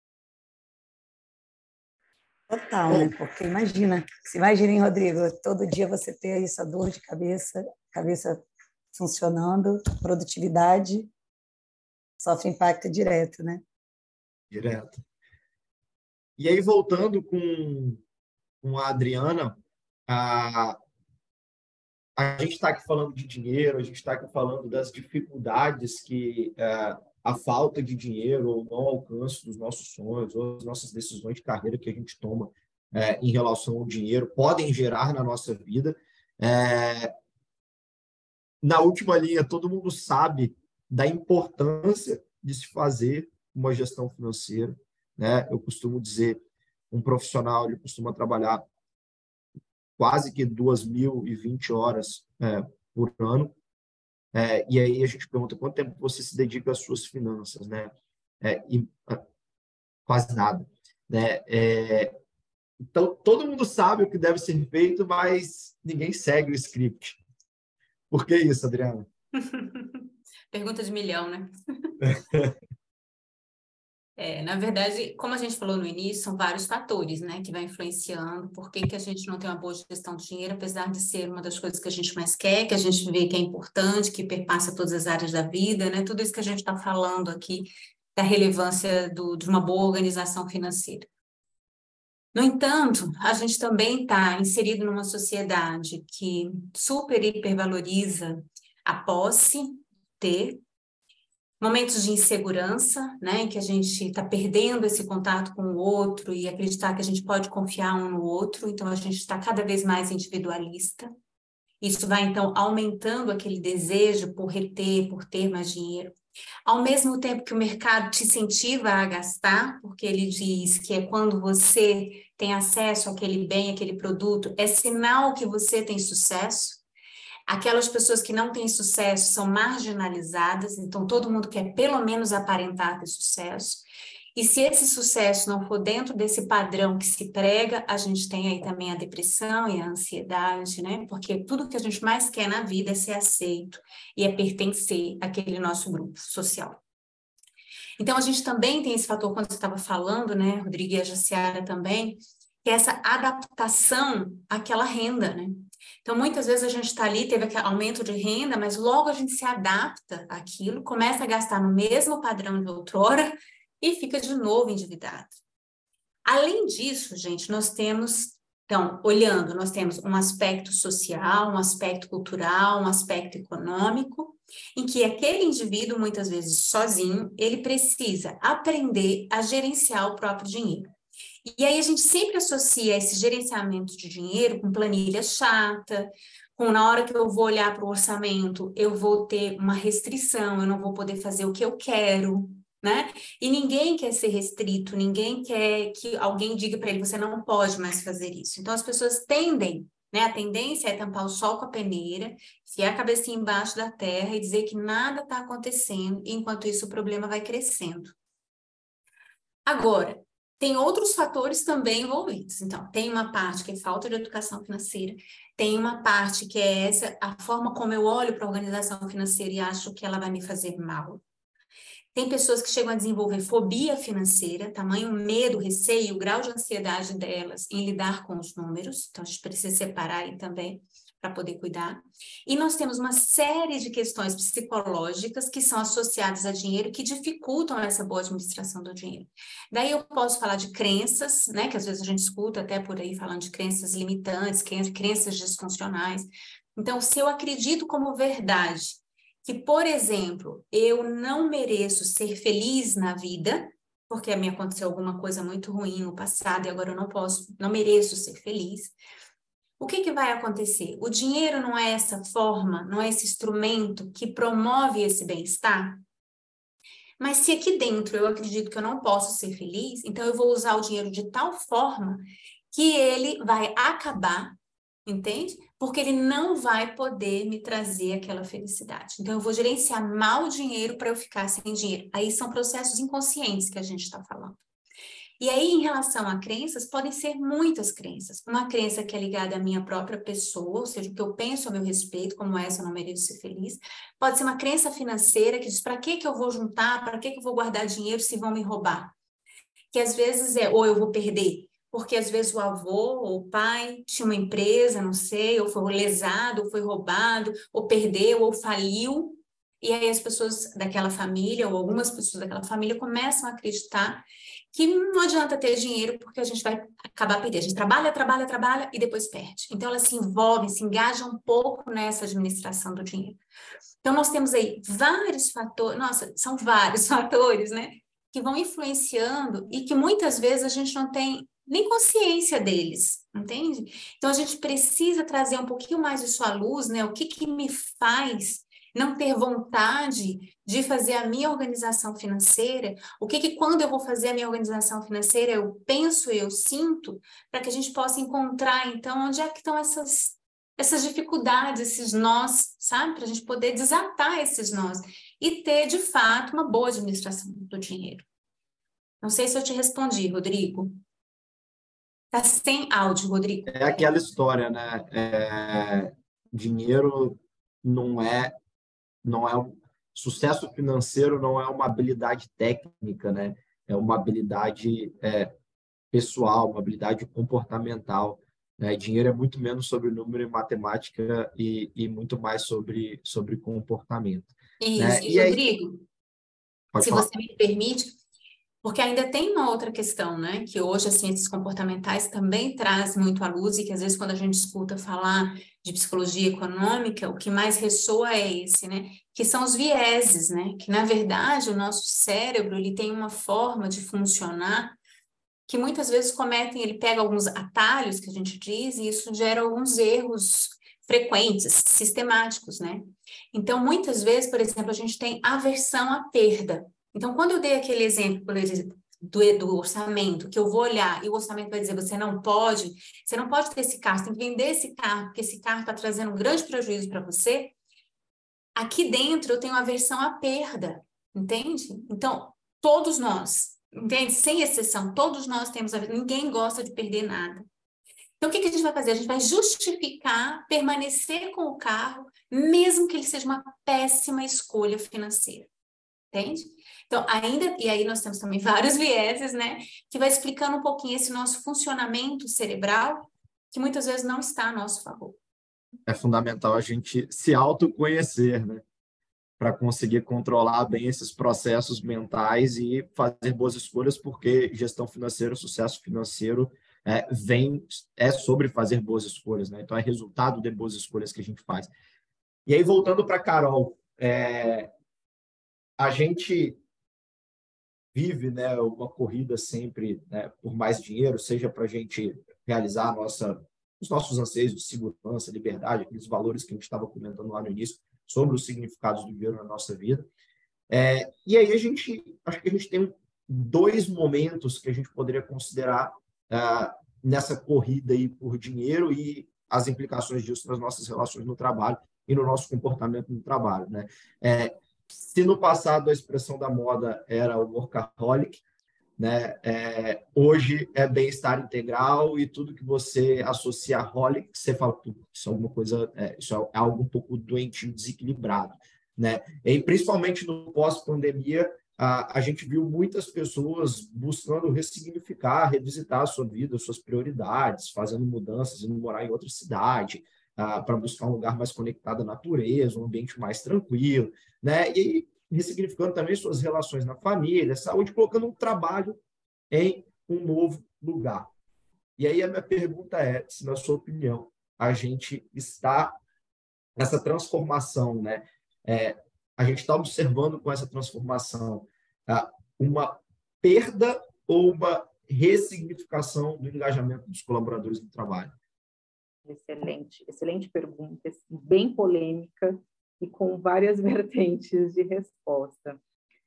Total, né? Porque imagina, se imagina, hein, Rodrigo, todo dia você ter essa dor de cabeça, cabeça funcionando, produtividade, sofre impacto direto, né? Direto. E aí, voltando com, com a Adriana, a, a gente está aqui falando de dinheiro, a gente está aqui falando das dificuldades que é, a falta de dinheiro ou não alcance dos nossos sonhos, ou as nossas decisões de carreira que a gente toma é, em relação ao dinheiro podem gerar na nossa vida. É, na última linha, todo mundo sabe da importância de se fazer uma gestão financeira, né? Eu costumo dizer, um profissional ele costuma trabalhar quase que duas mil e vinte horas é, por ano. É, e aí a gente pergunta quanto tempo você se dedica às suas finanças, né? É, e, é, quase nada, né? É, então, todo mundo sabe o que deve ser feito, mas ninguém segue o script, Por que isso, Adriana? Pergunta de milhão, né? É, na verdade, como a gente falou no início, são vários fatores, né, que vai influenciando por que que a gente não tem uma boa gestão de dinheiro, apesar de ser uma das coisas que a gente mais quer, que a gente vê que é importante, que perpassa todas as áreas da vida, né, tudo isso que a gente está falando aqui, da relevância do, de uma boa organização financeira. No entanto, a gente também está inserido numa sociedade que super hipervaloriza a posse, ter, momentos de insegurança, né, em que a gente está perdendo esse contato com o outro e acreditar que a gente pode confiar um no outro, então a gente está cada vez mais individualista. Isso vai, então, aumentando aquele desejo por reter, por ter mais dinheiro. Ao mesmo tempo que o mercado te incentiva a gastar, porque ele diz que é quando você tem acesso àquele bem, àquele produto, é sinal que você tem sucesso. Aquelas pessoas que não têm sucesso são marginalizadas, então todo mundo quer pelo menos aparentar ter sucesso. E se esse sucesso não for dentro desse padrão que se prega, a gente tem aí também a depressão e a ansiedade, né? Porque tudo que a gente mais quer na vida é ser aceito e é pertencer àquele nosso grupo social. Então a gente também tem esse fator, quando você estava falando, né, Rodrigo e a Jaciara também, que é essa adaptação àquela renda, né? Então, muitas vezes a gente está ali, teve aquele aumento de renda, mas logo a gente se adapta àquilo, começa a gastar no mesmo padrão de outrora e fica de novo endividado. Além disso, gente, nós temos, então, olhando, nós temos um aspecto social, um aspecto cultural, um aspecto econômico, em que aquele indivíduo, muitas vezes sozinho, ele precisa aprender a gerenciar o próprio dinheiro. E aí a gente sempre associa esse gerenciamento de dinheiro com planilha chata, com na hora que eu vou olhar para o orçamento, eu vou ter uma restrição, eu não vou poder fazer o que eu quero, né? E ninguém quer ser restrito, ninguém quer que alguém diga para ele, você não pode mais fazer isso. Então as pessoas tendem, né? A tendência é tampar o sol com a peneira, enfiar a cabecinha embaixo da terra e dizer que nada está acontecendo, e enquanto isso o problema vai crescendo. Agora, tem outros fatores também envolvidos. Então, tem uma parte que é falta de educação financeira, tem uma parte que é essa, a forma como eu olho para a organização financeira e acho que ela vai me fazer mal. Tem pessoas que chegam a desenvolver fobia financeira, tamanho medo, receio, grau de ansiedade delas em lidar com os números. Então, a gente precisa separar aí também para poder cuidar. E nós temos uma série de questões psicológicas que são associadas a dinheiro que dificultam essa boa administração do dinheiro. Daí eu posso falar de crenças, né, que às vezes a gente escuta até por aí falando de crenças limitantes, crenças disfuncionais. Então, se eu acredito como verdade que, por exemplo, eu não mereço ser feliz na vida, porque me aconteceu alguma coisa muito ruim no passado e agora eu não posso, não mereço ser feliz, o que que vai acontecer? O dinheiro não é essa forma, não é esse instrumento que promove esse bem-estar? Mas se aqui dentro eu acredito que eu não posso ser feliz, então eu vou usar o dinheiro de tal forma que ele vai acabar, entende? Porque ele não vai poder me trazer aquela felicidade. Então eu vou gerenciar mal o dinheiro para eu ficar sem dinheiro. Aí são processos inconscientes que a gente está falando. E aí, em relação a crenças, podem ser muitas crenças. Uma crença que é ligada à minha própria pessoa, ou seja, o que eu penso a meu respeito, como essa, eu não mereço ser feliz. Pode ser uma crença financeira que diz, para que que eu vou juntar, para que que eu vou guardar dinheiro se vão me roubar? Que às vezes é, ou eu vou perder, porque às vezes o avô ou o pai tinha uma empresa, não sei, ou foi lesado, ou foi roubado, ou perdeu, ou faliu. E aí as pessoas daquela família, ou algumas pessoas daquela família, começam a acreditar que não adianta ter dinheiro porque a gente vai acabar perdendo. A gente trabalha, trabalha, trabalha e depois perde. Então, elas se envolvem, se engajam um pouco nessa administração do dinheiro. Então, nós temos aí vários fatores, nossa, são vários fatores, né? Que vão influenciando e que muitas vezes a gente não tem nem consciência deles, entende? Então, a gente precisa trazer um pouquinho mais isso à luz, né? O que que me faz não ter vontade de fazer a minha organização financeira, o que que quando eu vou fazer a minha organização financeira eu penso e eu sinto, para que a gente possa encontrar, então, onde é que estão essas, essas dificuldades, esses nós, sabe? Para a gente poder desatar esses nós e ter, de fato, uma boa administração do dinheiro. Não sei se eu te respondi, Rodrigo. Está sem áudio, Rodrigo. É aquela história, né? É, dinheiro não é, não é um, sucesso financeiro não é uma habilidade técnica, né? É uma habilidade é, pessoal, uma habilidade comportamental. Né? Dinheiro é muito menos sobre número e matemática e, e muito mais sobre, sobre comportamento. Isso. Né? E, E aí, Rodrigo, pode se falar. você me permite, porque ainda tem uma outra questão, né? Que hoje as ciências comportamentais também trazem muito à luz e que às vezes quando a gente escuta falar de psicologia econômica, o que mais ressoa é esse, né? Que são os vieses, né? Que na verdade o nosso cérebro ele tem uma forma de funcionar que muitas vezes cometem, ele pega alguns atalhos que a gente diz e isso gera alguns erros frequentes, sistemáticos, né? Então, muitas vezes, por exemplo, a gente tem aversão à perda. Então, quando eu dei aquele exemplo, por exemplo, do, do orçamento, que eu vou olhar e o orçamento vai dizer, você não pode, você não pode ter esse carro, você tem que vender esse carro, porque esse carro está trazendo um grande prejuízo para você, aqui dentro eu tenho aversão à perda, entende? Então, todos nós, entende? Sem exceção, todos nós temos aversão, ninguém gosta de perder nada. Então, o que, que a gente vai fazer? A gente vai justificar permanecer com o carro, mesmo que ele seja uma péssima escolha financeira, entende? Então, ainda, e aí nós temos também vários vieses, né, que vai explicando um pouquinho esse nosso funcionamento cerebral, que muitas vezes não está a nosso favor. É fundamental a gente se autoconhecer, né? Para conseguir controlar bem esses processos mentais e fazer boas escolhas, porque gestão financeira, sucesso financeiro é, vem é sobre fazer boas escolhas, né? Então é resultado de boas escolhas que a gente faz. E aí voltando para Carol, é, a gente vive, né, uma corrida sempre, né, por mais dinheiro, seja para a gente realizar a nossa, os nossos anseios de segurança, liberdade, aqueles valores que a gente estava comentando lá no início sobre os significados do dinheiro na nossa vida. É, e aí a gente, acho que a gente tem dois momentos que a gente poderia considerar ah, nessa corrida aí por dinheiro e as implicações disso nas nossas relações no trabalho e no nosso comportamento no trabalho, né? É, se no passado a expressão da moda era o workaholic, né? É, hoje é bem-estar integral e tudo que você associa a holic, você fala, isso é alguma coisa, é, isso é algo um pouco doentio, desequilibrado, né? E principalmente no pós-pandemia, a, a gente viu muitas pessoas buscando ressignificar, revisitar a sua vida, suas prioridades, fazendo mudanças, indo morar em outra cidade, ah, para buscar um lugar mais conectado à natureza, um ambiente mais tranquilo, né? E ressignificando também suas relações na família, saúde, colocando um trabalho em um novo lugar. E aí a minha pergunta é, se na sua opinião, a gente está nessa transformação, né? É, a gente está observando com essa transformação tá? Uma perda ou uma ressignificação do engajamento dos colaboradores no trabalho? Excelente, excelente pergunta, bem polêmica e com várias vertentes de resposta.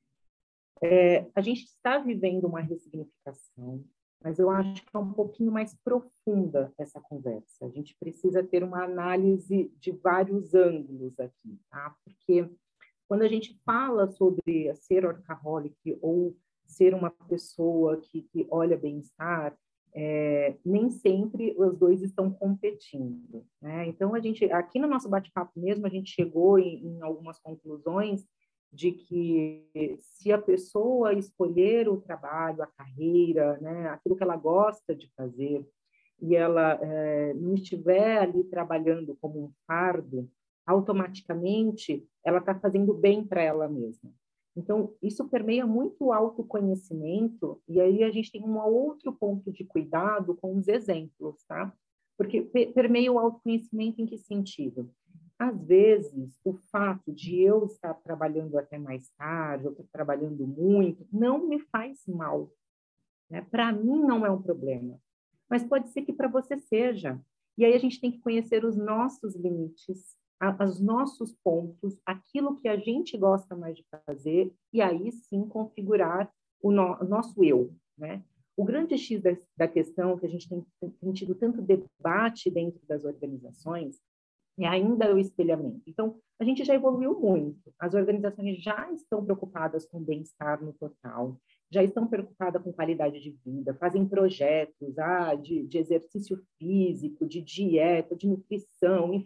É, a gente está vivendo uma ressignificação, mas eu acho que é um pouquinho mais profunda essa conversa. A gente precisa ter uma análise de vários ângulos aqui, tá? Porque quando a gente fala sobre ser workaholic ou ser uma pessoa que, que olha bem-estar, é, nem sempre os dois estão competindo, né? Então, a gente, aqui no nosso bate-papo mesmo, a gente chegou em, em algumas conclusões de que se a pessoa escolher o trabalho, a carreira, né, aquilo que ela gosta de fazer, e ela é, não estiver ali trabalhando como um fardo, automaticamente ela está fazendo bem para ela mesma. Então, isso permeia muito o autoconhecimento, e aí a gente tem um outro ponto de cuidado com os exemplos, tá? Porque permeia o autoconhecimento em que sentido? Às vezes, o fato de eu estar trabalhando até mais tarde, eu estar trabalhando muito, não me faz mal. Né? Para mim, não é um problema. Mas pode ser que para você seja. E aí a gente tem que conhecer os nossos limites, os nossos pontos, aquilo que a gente gosta mais de fazer, e aí sim configurar o, no, o nosso eu. Né? O grande X da, da questão, que a gente tem, tem tido tanto debate dentro das organizações, e ainda é o espelhamento. Então, a gente já evoluiu muito. As organizações já estão preocupadas com bem-estar no total, já estão preocupadas com qualidade de vida, fazem projetos ah, de, de exercício físico, de dieta, de nutrição, enfim.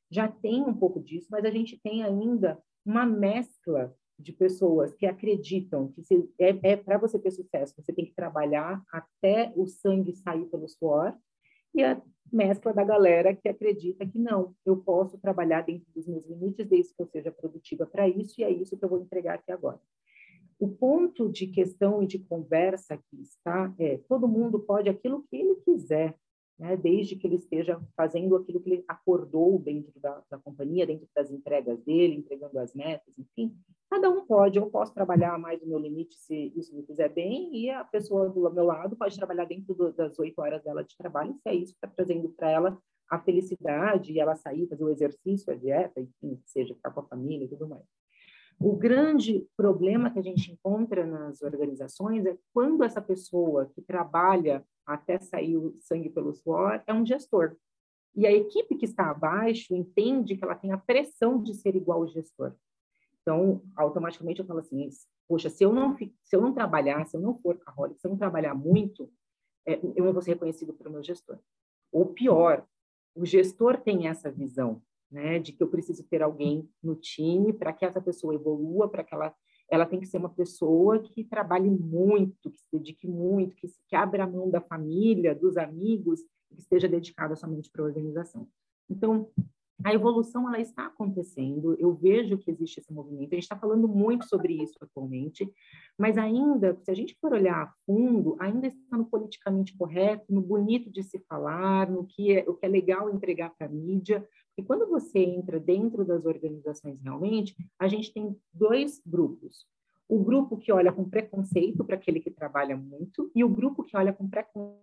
já tem um pouco disso, mas a gente tem ainda uma mescla de pessoas que acreditam que se, é, é para você ter sucesso, você tem que trabalhar até o sangue sair pelo suor, e a mescla da galera que acredita que não, eu posso trabalhar dentro dos meus limites, desde que eu seja produtiva para isso, e é isso que eu vou entregar aqui agora. O ponto de questão e de conversa aqui está, é, todo mundo pode aquilo que ele quiser, né, desde que ele esteja fazendo aquilo que ele acordou dentro da, da companhia, dentro das entregas dele, entregando as metas, enfim. Cada um pode, eu posso trabalhar mais do meu limite se isso me fizer bem, e a pessoa do meu lado pode trabalhar dentro do, das oito horas dela de trabalho, se é isso que está trazendo para ela a felicidade, e ela sair, fazer o exercício, a dieta, enfim, seja ficar com a família e tudo mais. O grande problema que a gente encontra nas organizações é quando essa pessoa que trabalha até sair o sangue pelo suor é um gestor. E a equipe que está abaixo entende que ela tem a pressão de ser igual ao gestor. Então, automaticamente eu falo assim, poxa, se eu não, se eu não trabalhar, se eu não for workaholic, se eu não trabalhar muito, é, eu não vou ser reconhecido pelo meu gestor. Ou pior, o gestor tem essa visão, né, de que eu preciso ter alguém no time para que essa pessoa evolua, para que ela, ela tem que ser uma pessoa que trabalhe muito, que se dedique muito, que, que abra a mão da família, dos amigos, que esteja dedicada somente para a organização. Então, a evolução ela está acontecendo, eu vejo que existe esse movimento, a gente está falando muito sobre isso atualmente, mas ainda, se a gente for olhar a fundo, ainda está no politicamente correto, no bonito de se falar, no que é, o que é legal entregar para a mídia, e quando você entra dentro das organizações realmente, a gente tem dois grupos. O grupo que olha com preconceito para aquele que trabalha muito, e o grupo que olha com preconceito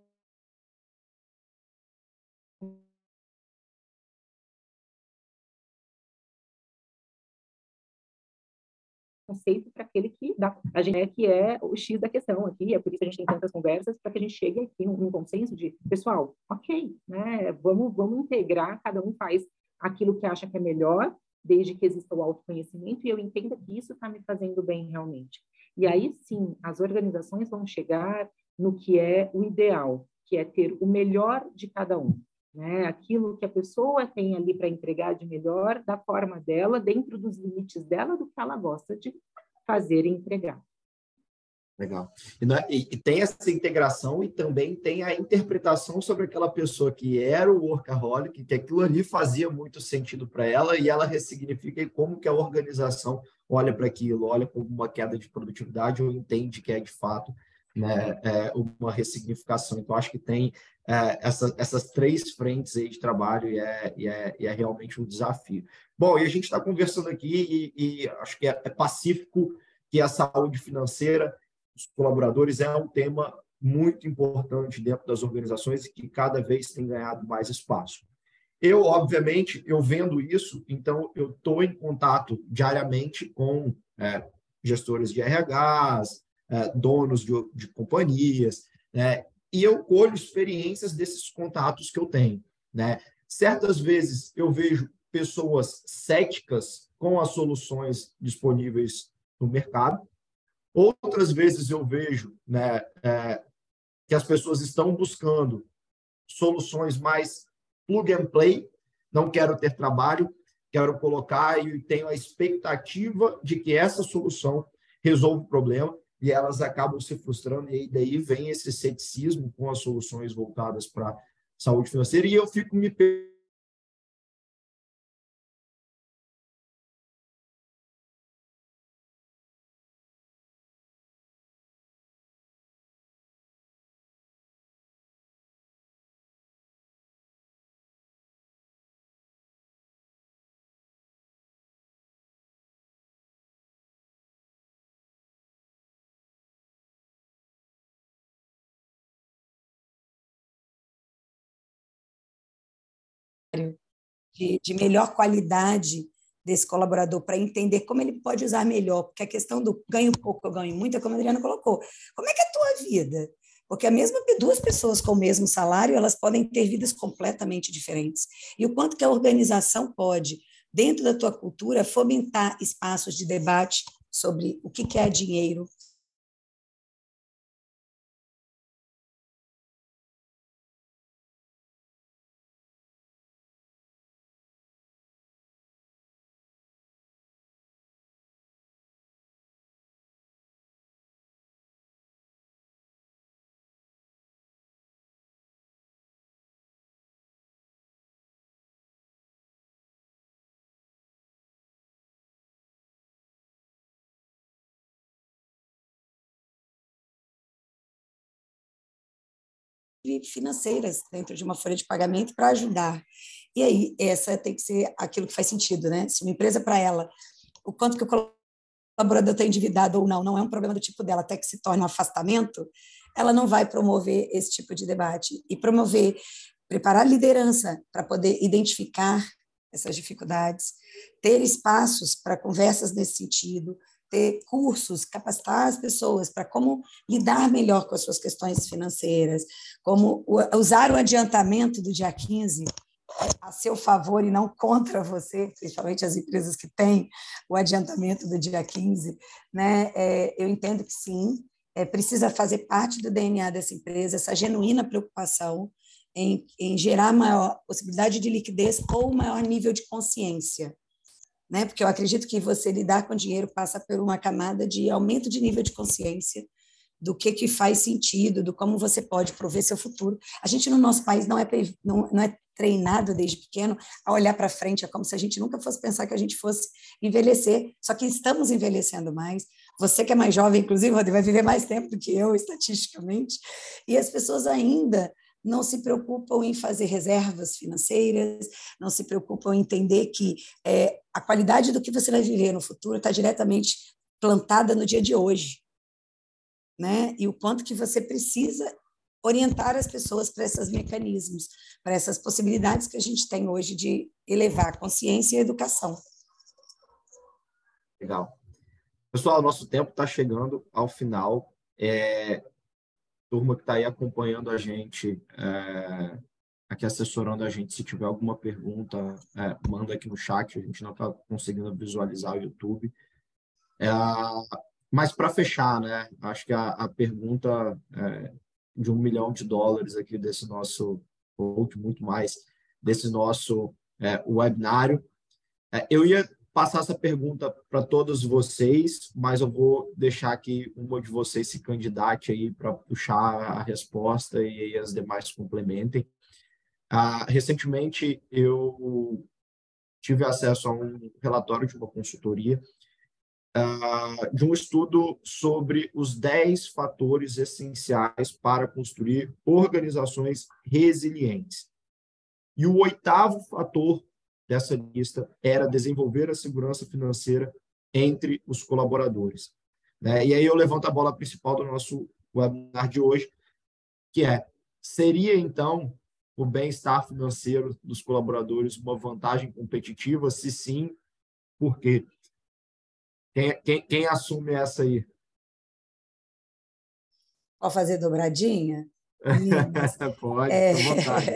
conceito para aquele que dá. A gente é que é o X da questão aqui, é por isso que a gente tem tantas conversas, para que a gente chegue aqui num, num consenso de, pessoal, ok, né, vamos, vamos integrar, cada um faz aquilo que acha que é melhor, desde que exista o autoconhecimento, e eu entenda que isso está me fazendo bem realmente. E aí, sim, as organizações vão chegar no que é o ideal, que é ter o melhor de cada um. Né? Aquilo que a pessoa tem ali para entregar de melhor, da forma dela, dentro dos limites dela, do que ela gosta de fazer e entregar. Legal. E, não é, e, e tem essa integração e também tem a interpretação sobre aquela pessoa que era o workaholic, que aquilo ali fazia muito sentido para ela e ela ressignifica e como que a organização olha para aquilo, olha como uma queda de produtividade ou entende que é de fato, né, é uma ressignificação. Então, acho que tem é, essa, essas três frentes aí de trabalho e é, e é, e é realmente um desafio. Bom, e a gente está conversando aqui e, e acho que é, é pacífico que a saúde financeira dos colaboradores é um tema muito importante dentro das organizações e que cada vez tem ganhado mais espaço. Eu, obviamente, eu vendo isso, então eu estou em contato diariamente com é, gestores de R Hs, é, donos de, de companhias, né, e eu colho experiências desses contatos que eu tenho. Né? Certas vezes eu vejo pessoas céticas com as soluções disponíveis no mercado, outras vezes eu vejo, né, é, que as pessoas estão buscando soluções mais plug and play, não quero ter trabalho, quero colocar e tenho a expectativa de que essa solução resolva o problema e elas acabam se frustrando e daí vem esse ceticismo com as soluções voltadas para a saúde financeira e eu fico me de, de melhor qualidade desse colaborador para entender como ele pode usar melhor, porque a questão do ganho pouco, eu ganho muito, é como a Adriana colocou. Como é que é a tua vida? Porque a mesma duas pessoas com o mesmo salário, elas podem ter vidas completamente diferentes. E o quanto que a organização pode, dentro da tua cultura, fomentar espaços de debate sobre o que é dinheiro, financeiras dentro de uma folha de pagamento para ajudar. E aí, essa tem que ser aquilo que faz sentido, né? Se uma empresa, para ela, o quanto que o colaborador está endividado ou não, não é um problema do tipo dela, até que se torne um afastamento, ela não vai promover esse tipo de debate. E promover, preparar liderança para poder identificar essas dificuldades, ter espaços para conversas nesse sentido, ter cursos, capacitar as pessoas para como lidar melhor com as suas questões financeiras, como usar o adiantamento do dia quinze a seu favor e não contra você, principalmente as empresas que têm o adiantamento do dia quinze, né? É, eu entendo que sim, é, precisa fazer parte do D N A dessa empresa, essa genuína preocupação em, em gerar maior possibilidade de liquidez ou maior nível de consciência, né? Porque eu acredito que você lidar com dinheiro passa por uma camada de aumento de nível de consciência do que, que faz sentido, do como você pode prover seu futuro. A gente, no nosso país, não é, não, não é treinado desde pequeno a olhar para frente, é como se a gente nunca fosse pensar que a gente fosse envelhecer, só que estamos envelhecendo mais. Você que é mais jovem, inclusive, Rodrigo, vai viver mais tempo do que eu, estatisticamente, e as pessoas ainda não se preocupam em fazer reservas financeiras, não se preocupam em entender que é, a qualidade do que você vai viver no futuro está diretamente plantada no dia de hoje, né? E o quanto que você precisa orientar as pessoas para esses mecanismos, para essas possibilidades que a gente tem hoje de elevar a consciência e a educação. Legal. Pessoal, nosso tempo está chegando ao final. É, turma que está aí acompanhando a gente, é, aqui assessorando a gente, se tiver alguma pergunta, é, manda aqui no chat, a gente não está conseguindo visualizar o YouTube. É, mas para fechar, né, acho que a, a pergunta é, de um milhão de dólares aqui desse nosso, ou de muito mais, desse nosso é, webinário, é, eu ia passar essa pergunta para todos vocês, mas eu vou deixar que uma de vocês se candidate aí para puxar a resposta e aí as demais complementem. Ah, recentemente, eu tive acesso a um relatório de uma consultoria, ah, de um estudo sobre os dez fatores essenciais para construir organizações resilientes. E o oitavo fator dessa lista era desenvolver a segurança financeira entre os colaboradores, né? E aí eu levanto a bola principal do nosso webinar de hoje, que é, seria, então, o bem-estar financeiro dos colaboradores uma vantagem competitiva? Se sim, por quê? Quem, quem, quem assume essa aí? Pode fazer dobradinha? Meninas, Pode, é... fica à vontade.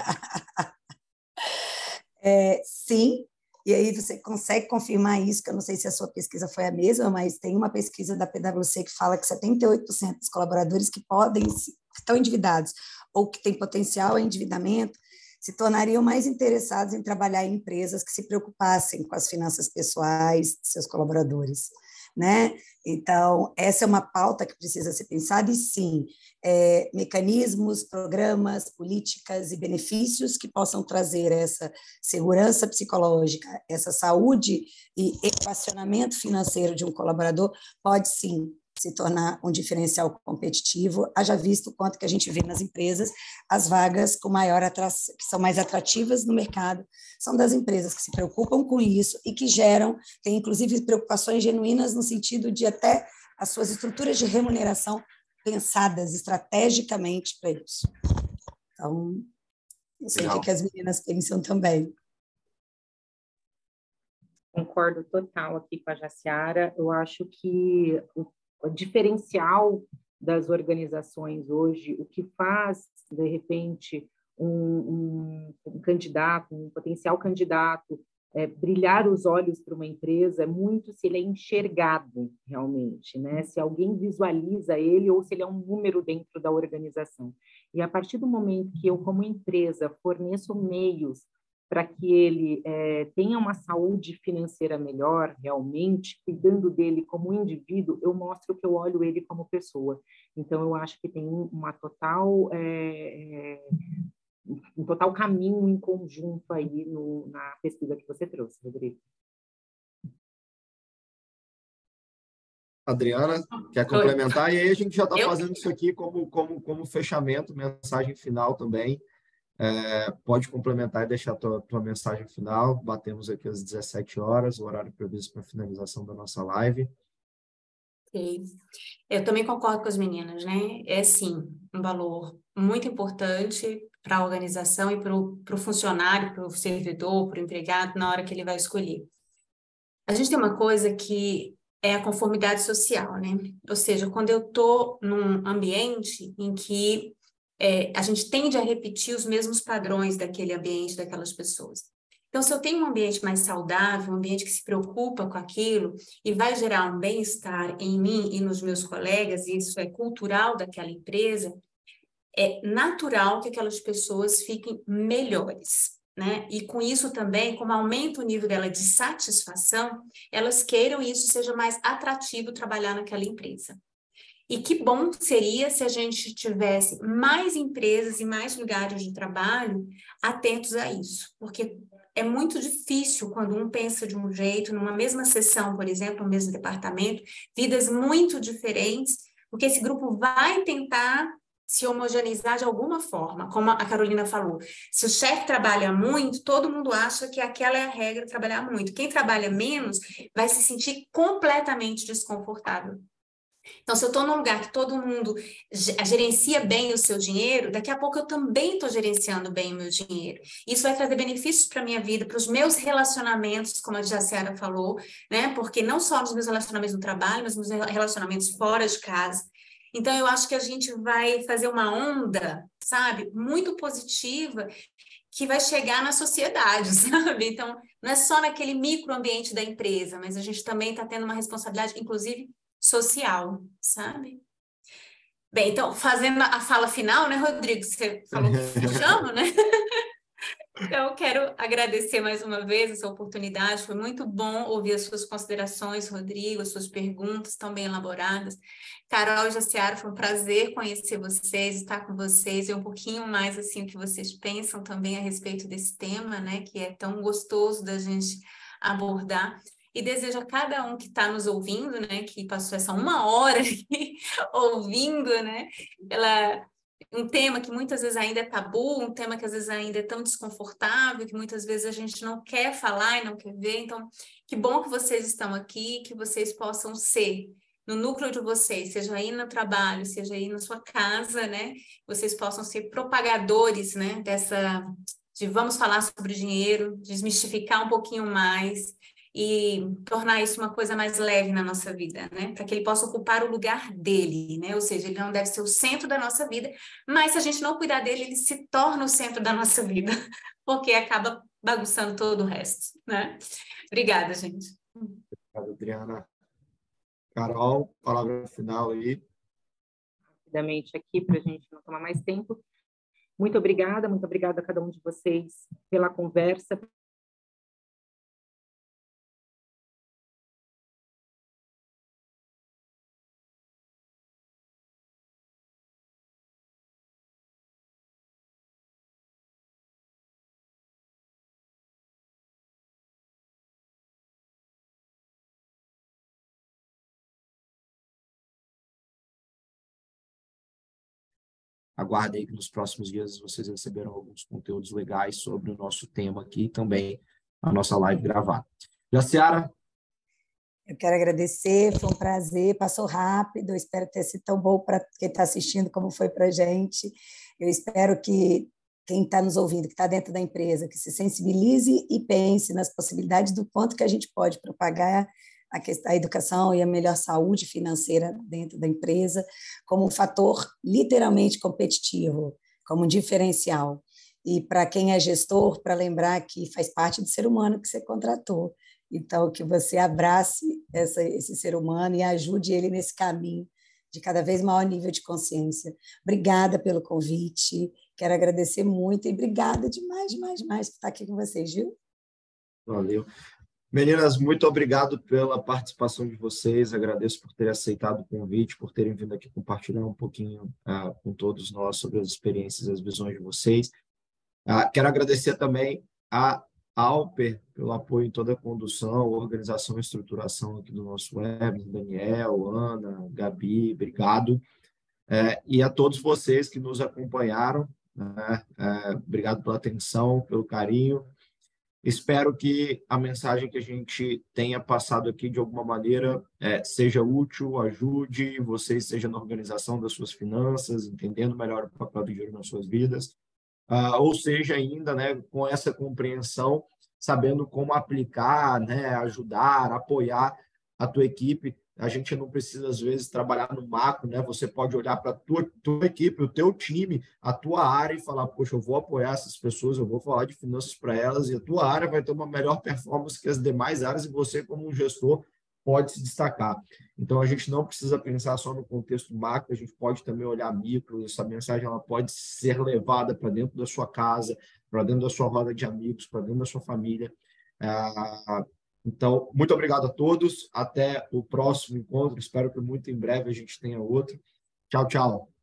É, sim, e aí você consegue confirmar isso, que eu não sei se a sua pesquisa foi a mesma, mas tem uma pesquisa da P W C que fala que setenta e oito por cento dos colaboradores que podem, que estão endividados ou que têm potencial a endividamento, se tornariam mais interessados em trabalhar em empresas que se preocupassem com as finanças pessoais de seus colaboradores, né? Então, essa é uma pauta que precisa ser pensada e, sim, é, mecanismos, programas, políticas e benefícios que possam trazer essa segurança psicológica, essa saúde e equacionamento financeiro de um colaborador pode, sim, se tornar um diferencial competitivo, haja visto o quanto que a gente vê nas empresas, as vagas com maior atração, que são mais atrativas no mercado, são das empresas que se preocupam com isso e que geram, tem inclusive preocupações genuínas no sentido de até as suas estruturas de remuneração pensadas estrategicamente para isso. Então, não sei Legal. O que as meninas pensam também. Concordo total aqui com a Jaciara. Eu acho que o O diferencial das organizações hoje, o que faz, de repente, um, um, um candidato, um potencial candidato, é, brilhar os olhos para uma empresa, é muito se ele é enxergado realmente, né? Se alguém visualiza ele ou se ele é um número dentro da organização. E a partir do momento que eu, como empresa, forneço meios para que ele é, tenha uma saúde financeira melhor, realmente, cuidando dele como indivíduo, eu mostro que eu olho ele como pessoa. Então, eu acho que tem uma total, é, um total caminho em conjunto aí no, na pesquisa que você trouxe, Rodrigo. Adriana, quer complementar? E aí a gente já está Eu? fazendo isso aqui como, como, como fechamento, mensagem final também. É, pode complementar e deixar a tua, tua mensagem final. Batemos aqui às dezessete horas, o horário previsto para a finalização da nossa live. Ok. Eu também concordo com as meninas, né? É, sim, um valor muito importante para a organização e para o funcionário, para o servidor, para o empregado, na hora que ele vai escolher. A gente tem uma coisa que é a conformidade social, né? Ou seja, quando eu estou num ambiente em que é, a gente tende a repetir os mesmos padrões daquele ambiente, daquelas pessoas. Então, se eu tenho um ambiente mais saudável, um ambiente que se preocupa com aquilo e vai gerar um bem-estar em mim e nos meus colegas, e isso é cultural daquela empresa, é natural que aquelas pessoas fiquem melhores, né? E com isso também, como aumenta o nível dela de satisfação, elas queiram isso seja mais atrativo trabalhar naquela empresa. E que bom seria se a gente tivesse mais empresas e mais lugares de trabalho atentos a isso, porque é muito difícil quando um pensa de um jeito, numa mesma sessão, por exemplo, no mesmo departamento, vidas muito diferentes, porque esse grupo vai tentar se homogeneizar de alguma forma, como a Carolina falou. Se o chefe trabalha muito, todo mundo acha que aquela é a regra, trabalhar muito. Quem trabalha menos vai se sentir completamente desconfortável. Então, se eu estou num lugar que todo mundo gerencia bem o seu dinheiro, daqui a pouco eu também estou gerenciando bem o meu dinheiro. Isso vai trazer benefícios para a minha vida, para os meus relacionamentos, como a Jaciara falou, né? Porque não só nos meus relacionamentos no trabalho, mas nos meus relacionamentos fora de casa. Então, eu acho que a gente vai fazer uma onda, sabe, muito positiva, que vai chegar na sociedade, sabe? Então, não é só naquele microambiente da empresa, mas a gente também está tendo uma responsabilidade, inclusive, social, sabe? Bem, então, fazendo a fala final, né, Rodrigo? Você falou que fechamos, né? Então, eu quero agradecer mais uma vez essa oportunidade. Foi muito bom ouvir as suas considerações, Rodrigo, as suas perguntas tão bem elaboradas. Carol e Jaciara, foi um prazer conhecer vocês, estar com vocês, e um pouquinho mais assim o que vocês pensam também a respeito desse tema, né, que é tão gostoso da gente abordar. E desejo a cada um que está nos ouvindo, né, que passou essa uma hora aqui ouvindo, né, pela um tema que muitas vezes ainda é tabu, um tema que às vezes ainda é tão desconfortável, que muitas vezes a gente não quer falar e não quer ver. Então, que bom que vocês estão aqui, que vocês possam ser no núcleo de vocês, seja aí no trabalho, seja aí na sua casa, né? Vocês possam ser propagadores, né, dessa, de vamos falar sobre dinheiro, desmistificar um pouquinho mais e tornar isso uma coisa mais leve na nossa vida, né? Para que ele possa ocupar o lugar dele, né? Ou seja, ele não deve ser o centro da nossa vida, mas se a gente não cuidar dele, ele se torna o centro da nossa vida, porque acaba bagunçando todo o resto, né? Obrigada, gente. Obrigado, Adriana. Carol, palavra final aí. Rapidamente aqui, para a gente não tomar mais tempo. Muito obrigada, muito obrigada a cada um de vocês pela conversa, Aguardem aí que nos próximos dias vocês receberão alguns conteúdos legais sobre o nosso tema aqui e também a nossa live gravada. Jaciara? Eu quero agradecer, foi um prazer, passou rápido, eu espero ter sido tão bom para quem está assistindo como foi para a gente. Eu espero que quem está nos ouvindo, que está dentro da empresa, que se sensibilize e pense nas possibilidades do quanto que a gente pode propagar a, questão, a educação e a melhor saúde financeira dentro da empresa como um fator literalmente competitivo, como um diferencial. E para quem é gestor, para lembrar que faz parte do ser humano que você contratou. Então, que você abrace essa, esse ser humano e ajude ele nesse caminho de cada vez maior nível de consciência. Obrigada pelo convite, quero agradecer muito e obrigada demais, demais, demais por estar aqui com vocês, viu? Valeu. Meninas, muito obrigado pela participação de vocês, agradeço por terem aceitado o convite, por terem vindo aqui compartilhar um pouquinho uh, com todos nós sobre as experiências e as visões de vocês. Uh, quero agradecer também a Alper, pelo apoio em toda a condução, organização e estruturação aqui do nosso web, Daniel, Ana, Gabi, obrigado. É, e a todos vocês que nos acompanharam, né? É, obrigado pela atenção, pelo carinho. Espero que a mensagem que a gente tenha passado aqui, de alguma maneira, é, seja útil, ajude vocês, seja na organização das suas finanças, entendendo melhor o papel do dinheiro nas suas vidas, uh, ou seja ainda, né, com essa compreensão, sabendo como aplicar, né, ajudar, apoiar a tua equipe. A gente não precisa, às vezes, trabalhar no macro, né? Você pode olhar para a tua, tua equipe, o teu time, a tua área e falar, poxa, eu vou apoiar essas pessoas, eu vou falar de finanças para elas e a tua área vai ter uma melhor performance que as demais áreas e você, como um gestor, pode se destacar. Então, a gente não precisa pensar só no contexto macro, a gente pode também olhar micro, essa mensagem ela pode ser levada para dentro da sua casa, para dentro da sua roda de amigos, para dentro da sua família. Ah, Então, muito obrigado a todos. Até o próximo encontro. Espero que muito em breve a gente tenha outro. Tchau, tchau.